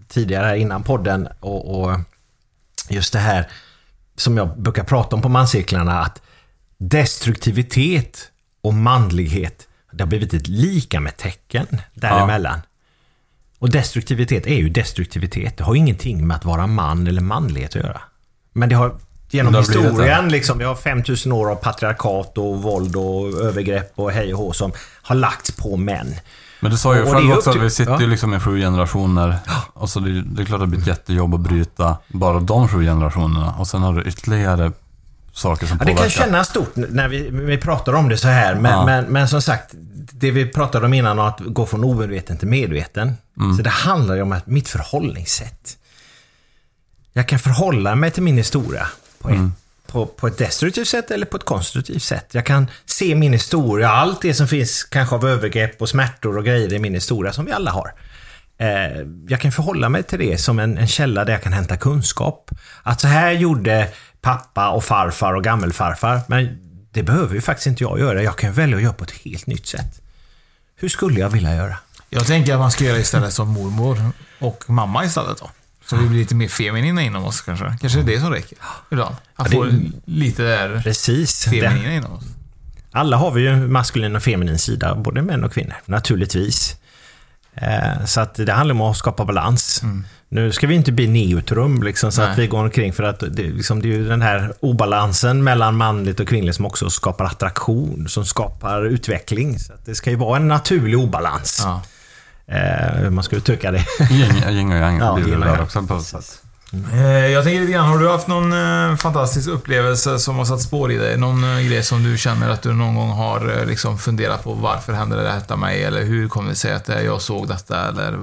S8: tidigare här innan podden och, och just det här som jag brukar prata om på manscirklarna, att destruktivitet och manlighet, det har blivit ett lika med tecken däremellan. Ja. Och destruktivitet är ju destruktivitet. Det har ingenting med att vara man eller manlighet att göra. Men det har genom det har historien, liksom, vi har femtusen år av patriarkat och våld och övergrepp och hej och hå som har lagts på män.
S7: Men du sa ju själv också att vi sitter ja. ju liksom i sju generationer. Och så det, det är klart att det blir ett jättejobb att bryta bara de sju generationerna. Och sen har du ytterligare saker som
S8: ja,
S7: påverkar.
S8: Det kan kännas stort när vi, vi pratar om det så här. Men, ja. men, men som sagt, det vi pratade om innan, att gå från omedveten till medveten. Mm. Så det handlar ju om att mitt förhållningssätt. Jag kan förhålla mig till min historia på, mm. ett, på, på ett destruktivt sätt eller på ett konstruktivt sätt. Jag kan se min historia, allt det som finns kanske av övergrepp och smärtor och grejer i min historia som vi alla har. Eh, jag kan förhålla mig till det som en, en källa där jag kan hämta kunskap. Att så här gjorde pappa och farfar och gammelfarfar, men det behöver ju faktiskt inte jag göra. Jag kan välja att göra på ett helt nytt sätt. Hur skulle jag vilja göra?
S6: Jag tänker att man ska göra istället som mormor och mamma istället då. Så vi blir lite mer feminina inom oss kanske. Kanske det är det som räcker ibland. Att få ja, lite där
S8: precis,
S6: feminina
S8: det.
S6: inom oss.
S8: Alla har vi ju maskulin och feminin sida, både män och kvinnor, naturligtvis. Eh, så att det handlar om att skapa balans. Mm. Nu ska vi inte bli neutrum liksom, så Nej. att vi går omkring, för att det, liksom, det är ju den här obalansen mellan manligt och kvinnligt som också skapar attraktion, som skapar utveckling. Så att det ska ju vara en naturlig obalans. Ja. Eh, man skulle tycka det.
S7: Gäng och gäng. Ja, gäng och gäng. Också på sätt.
S6: Mm. Jag tänker lite grann, har du haft någon eh, fantastisk upplevelse som har satt spår i dig? Någon eh, grej som du känner att du någon gång har eh, liksom funderat på, varför hände det detta mig? Eller hur kom det sig att eh, jag såg detta? Eller...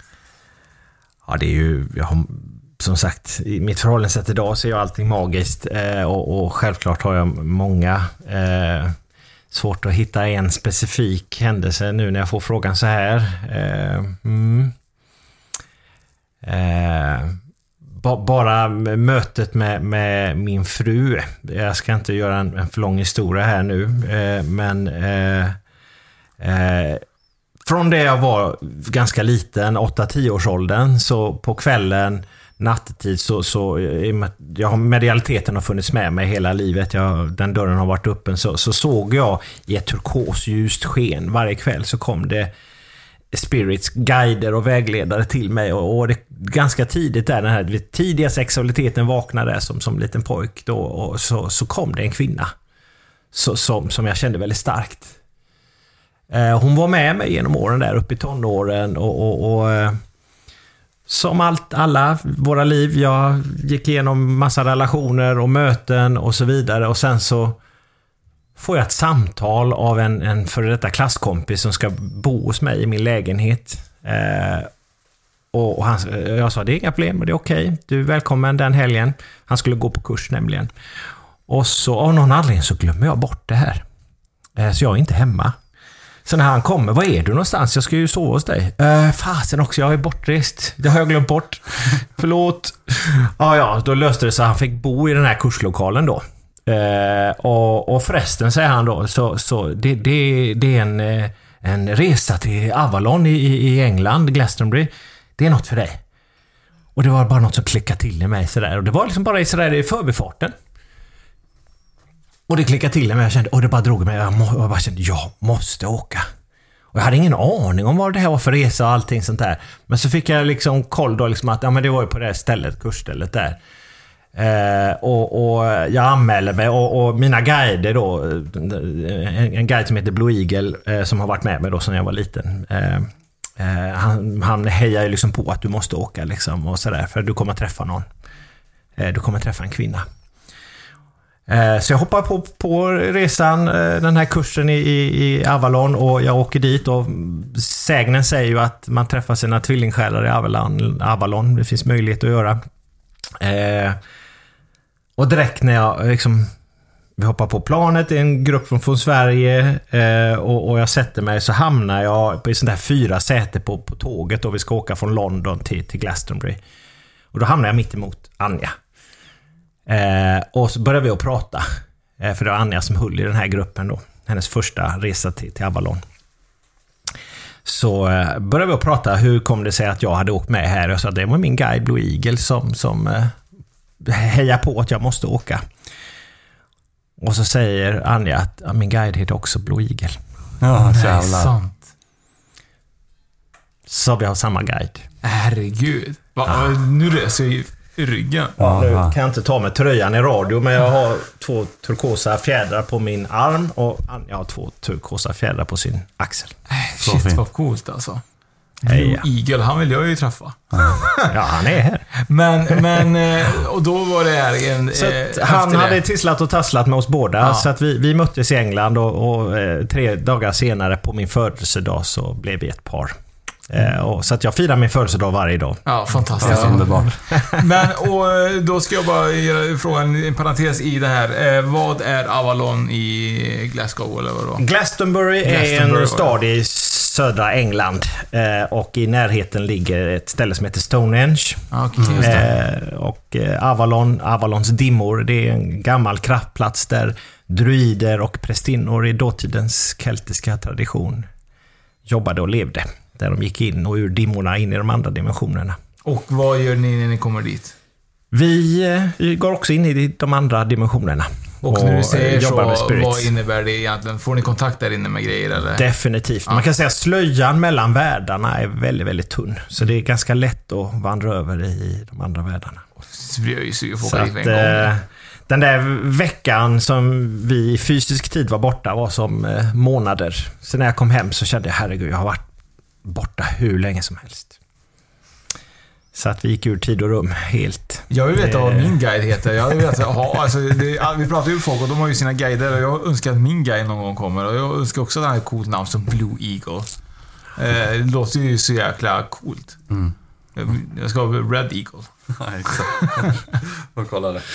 S8: Ja, det är ju, jag har, som sagt, i mitt förhållningssätt idag så är ju allting magiskt. Eh, och, och självklart har jag många... Eh, svårt att hitta en specifik händelse nu när jag får frågan så här. Eh, mm. eh, ba, bara mötet med, med min fru. Jag ska inte göra en, en för lång historia här nu. Eh, men eh, eh, från det jag var ganska liten, åtta till tio års åldern, så på kvällen, nattetid, så, så jag, medialiteten har funnits med mig hela livet. Jag, den dörren har varit öppen. Så, så såg jag i ett turkosljust sken varje kväll, så kom det spirits, guider och vägledare till mig. Och, och det, ganska tidigt där, den här tidiga sexualiteten vaknade som, som liten pojk då, och så, så kom det en kvinna så, som, som jag kände väldigt starkt. Eh, hon var med mig genom åren där, upp i tonåren, och, och, och som allt, alla våra liv, jag gick igenom massa relationer och möten och så vidare, och sen så får jag ett samtal av en, en före detta klasskompis som ska bo hos mig i min lägenhet. Eh, och och han, jag sa, det är inga problem, det är okej, du är välkommen den helgen. Han skulle gå på kurs nämligen. Och så av någon anledning så glömmer jag bort det här. Eh, så jag är inte hemma. Så när han kommer, vad är du någonstans? Jag ska ju sova hos dig. Uh, fasen också, jag är bortrest. Det har jag glömt bort. Förlåt. Ja, ja, då löste det så han fick bo i den här kurslokalen då. Uh, och, och förresten, säger han då, så, så det, det, det är en, en resa till Avalon i, i England, Glastonbury. Det är något för dig. Och det var bara något som klickade till i mig sådär. Och det var liksom bara sådär i förbifarten. Och det klickade till mig, jag kände, och det bara drog mig, jag, må, jag bara kände, jag måste åka. Och jag hade ingen aning om vad det här var för resa och allting sånt där. Men så fick jag liksom koll då, liksom att ja, men det var ju på det här stället, kursstället där. Eh, och, och jag anmälde mig, och, och mina guider då, en, en guide som heter Blue Eagle, eh, som har varit med mig då sedan jag var liten. Eh, eh, han, han hejar ju liksom på att du måste åka liksom, och sådär, för du kommer träffa någon. Eh, du kommer träffa en kvinna. Så jag hoppar på, på resan, den här kursen i, i Avalon, och jag åker dit, och sägnen säger ju att man träffar sina tvillingsjälar i Avalon, Avalon. Det finns möjlighet att göra. Eh, och direkt när jag liksom, vi hoppar på planet, det är en grupp från, från Sverige, eh, och, och jag sätter mig, så hamnar jag på sånt här fyra säte på, på tåget, och vi ska åka från London till, till Glastonbury. Och då hamnar jag mitt emot Anja. Eh, och så började vi att prata, eh, för det var Anja som höll i den här gruppen då, hennes första resa till, till Avalon. så började vi att prata, hur kom det sig att jag hade åkt med här? Jag sa att det var min guide Blue Eagle som, som hejar på att jag måste åka. Och så säger Anja att ja, min guide heter också Blue Eagle.
S7: Ja,
S6: det är sant.
S8: Så vi har samma guide.
S6: Herregud. Va, ja. Nu reser jag i ryggen.
S8: Ja, nu kan jag inte ta med tröjan i radio, men jag har två turkosa fjädrar på min arm och Anja har två turkosa fjädrar på sin axel.
S6: Så shit, vad coolt alltså. Blue Eagle, han vill jag ju träffa.
S8: Ja, han är här.
S6: Men, men och då var det här en...
S8: Så eh, han hade det. tisslat och tasslat med oss båda. Ja. Så att vi, vi möttes i England och, och eh, tre dagar senare på min födelsedag så blev vi ett par. Mm. Eh, och, så att jag firar min födelsedag varje dag.
S6: Ja, fantastiskt.
S7: Underbart.
S6: Men och då ska jag bara göra frågan, en parentes i det här. Eh, vad är Avalon i Glasgow eller vad då?
S8: Glastonbury, Glastonbury är en stad i södra England eh, och i närheten ligger ett ställe som heter Stonehenge.
S6: Okay,
S8: eh, och eh, Avalon, Avalons dimmor, det är en gammal kraftplats där druider och prästinnor i dåtidens keltiska tradition jobbade och levde. Där de gick in och ur dimmorna in i de andra dimensionerna.
S6: Och vad gör ni när ni kommer dit?
S8: Vi, eh, vi går också in i de andra dimensionerna.
S6: Och, och när du säger så, vad innebär det egentligen? Får ni kontakt där inne med grejer? Eller?
S8: Definitivt. Ja. Man kan säga att slöjan mellan världarna är väldigt, väldigt tunn. Så det är ganska lätt att vandra över i de andra världarna.
S6: Så blir jag ju sugen på
S8: så att, en gång. Den där veckan som vi i fysisk tid var borta var som eh, månader. Så när jag kom hem så kände jag, herregud, jag har varit borta hur länge som helst. Så att vi gick ur tid och rum helt.
S6: Jag vill veta vad min guide heter. Jag vill veta, aha, alltså, det, vi pratar ju med folk och de har ju sina guider. Och jag önskar att min guide någon gång kommer. Och jag önskar också att han har ett coolt namn som Blue Eagle. Eh, det låter ju så jäkla coolt. Mm. Jag ska ha Red Eagle.
S7: Ja, exakt. Och kolla det.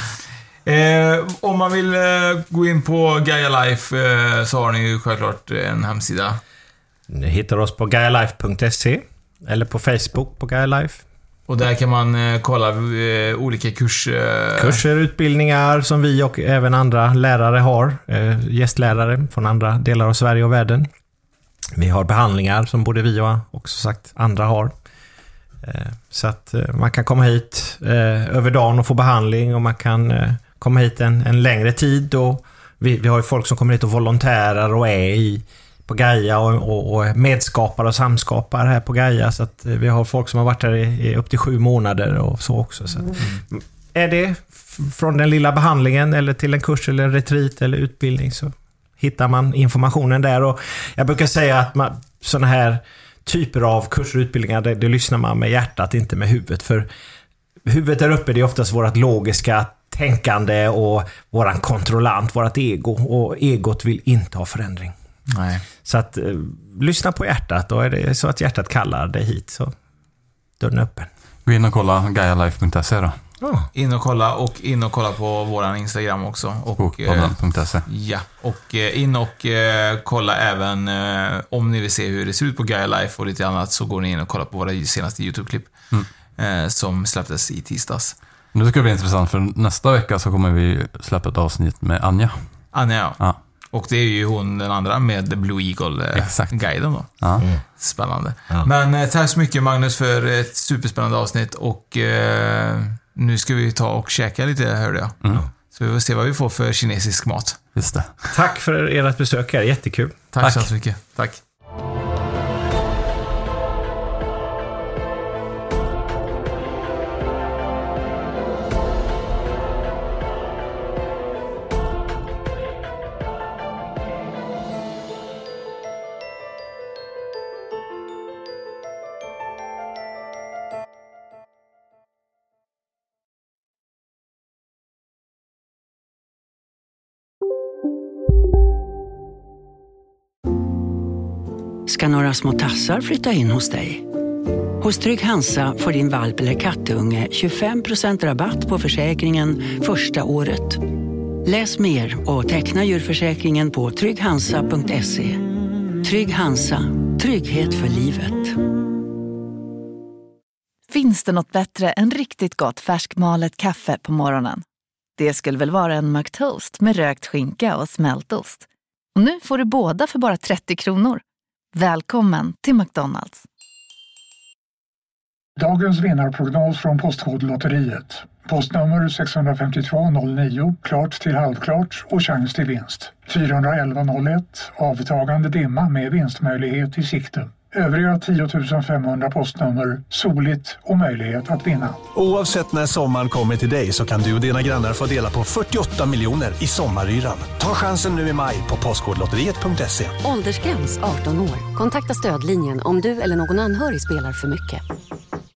S6: Eh, om man vill eh, gå in på Gaia Life eh, så har ni ju självklart en hemsida.
S8: Ni hittar oss på gaia life punkt se eller på Facebook på Gaia Life.
S6: Och där kan man eh, kolla eh, olika kurser. Eh...
S8: Kurser, utbildningar som vi och även andra lärare har. Eh, gästlärare från andra delar av Sverige och världen. Vi har behandlingar som både vi och också sagt andra har. Eh, så att eh, man kan komma hit eh, över dagen och få behandling. Och man kan eh, komma hit en, en längre tid. Och vi, vi har ju folk som kommer hit och volontärer och är i på Gaia och, och, och medskapare och samskapare här på Gaia. Så att vi har folk som har varit här i, i upp till sju månader och så också. Så att, mm. Är det från den lilla behandlingen eller till en kurs eller en retreat eller utbildning så hittar man informationen där. Och jag brukar säga att man, såna här typer av kurser och utbildningar, det, det lyssnar man med hjärtat, inte med huvudet. För huvudet där uppe, det är oftast vårt logiska tänkande och våran kontrollant, vårt ego. Och egot vill inte ha förändring.
S6: Nej.
S8: Så att eh, lyssna på hjärtat, och är det så att hjärtat kallar dig hit så dörren är öppen.
S7: Gå in och kolla gaia life punkt se då.
S6: Oh. In och kolla och in och kolla på våran Instagram också och
S7: bokpodden punkt se.
S6: Ja, och eh, in och eh, kolla även eh, om ni vill se hur det ser ut på Gaia Life och lite annat, så går ni in och kollar på våra senaste YouTube-klipp mm. eh, som släpptes i tisdags.
S7: Nu ska det bli intressant, för nästa vecka så kommer vi släppa ett avsnitt med Anja.
S6: Anja, ja.
S7: ja.
S6: Och det är ju hon den andra med Blue Eagle-guiden då.
S7: Ja. Mm.
S6: Spännande. Ja. Men eh, tack så mycket Magnus för ett superspännande avsnitt. Och eh, nu ska vi ta och käka lite, hörde jag. Mm. Så vi får se vad vi får för kinesisk mat.
S7: Just det.
S8: Tack för ert besök här, jättekul.
S6: Tack, tack så mycket. Tack.
S11: Ska några små tassar flytta in hos dig? Hos Trygg Hansa får din valp eller kattunge tjugofem procent rabatt på försäkringen första året. Läs mer och teckna djurförsäkringen på trygg hansa punkt se. Trygg Hansa, trygghet för livet.
S12: Finns det något bättre än riktigt gott färskmalet kaffe på morgonen? Det skulle väl vara en McToast med rökt skinka och smältost. Och nu får du båda för bara trettio kronor. Välkommen till McDonalds.
S13: Dagens vinnarprognos från Postkodlotteriet. Postnummer sex fem två noll nio, klart till halvklart och chans till vinst. fyra ett ett noll ett, avtagande dimma med vinstmöjlighet i sikte. Övriga tio tusen femhundra postnummer, soligt och möjlighet att vinna.
S14: Oavsett när sommaren kommer till dig så kan du och dina grannar få dela på fyrtioåtta miljoner i sommaryran. Ta chansen nu i maj på postkodlotteriet punkt se.
S15: Åldersgräns arton år. Kontakta stödlinjen om du eller någon anhörig spelar för mycket.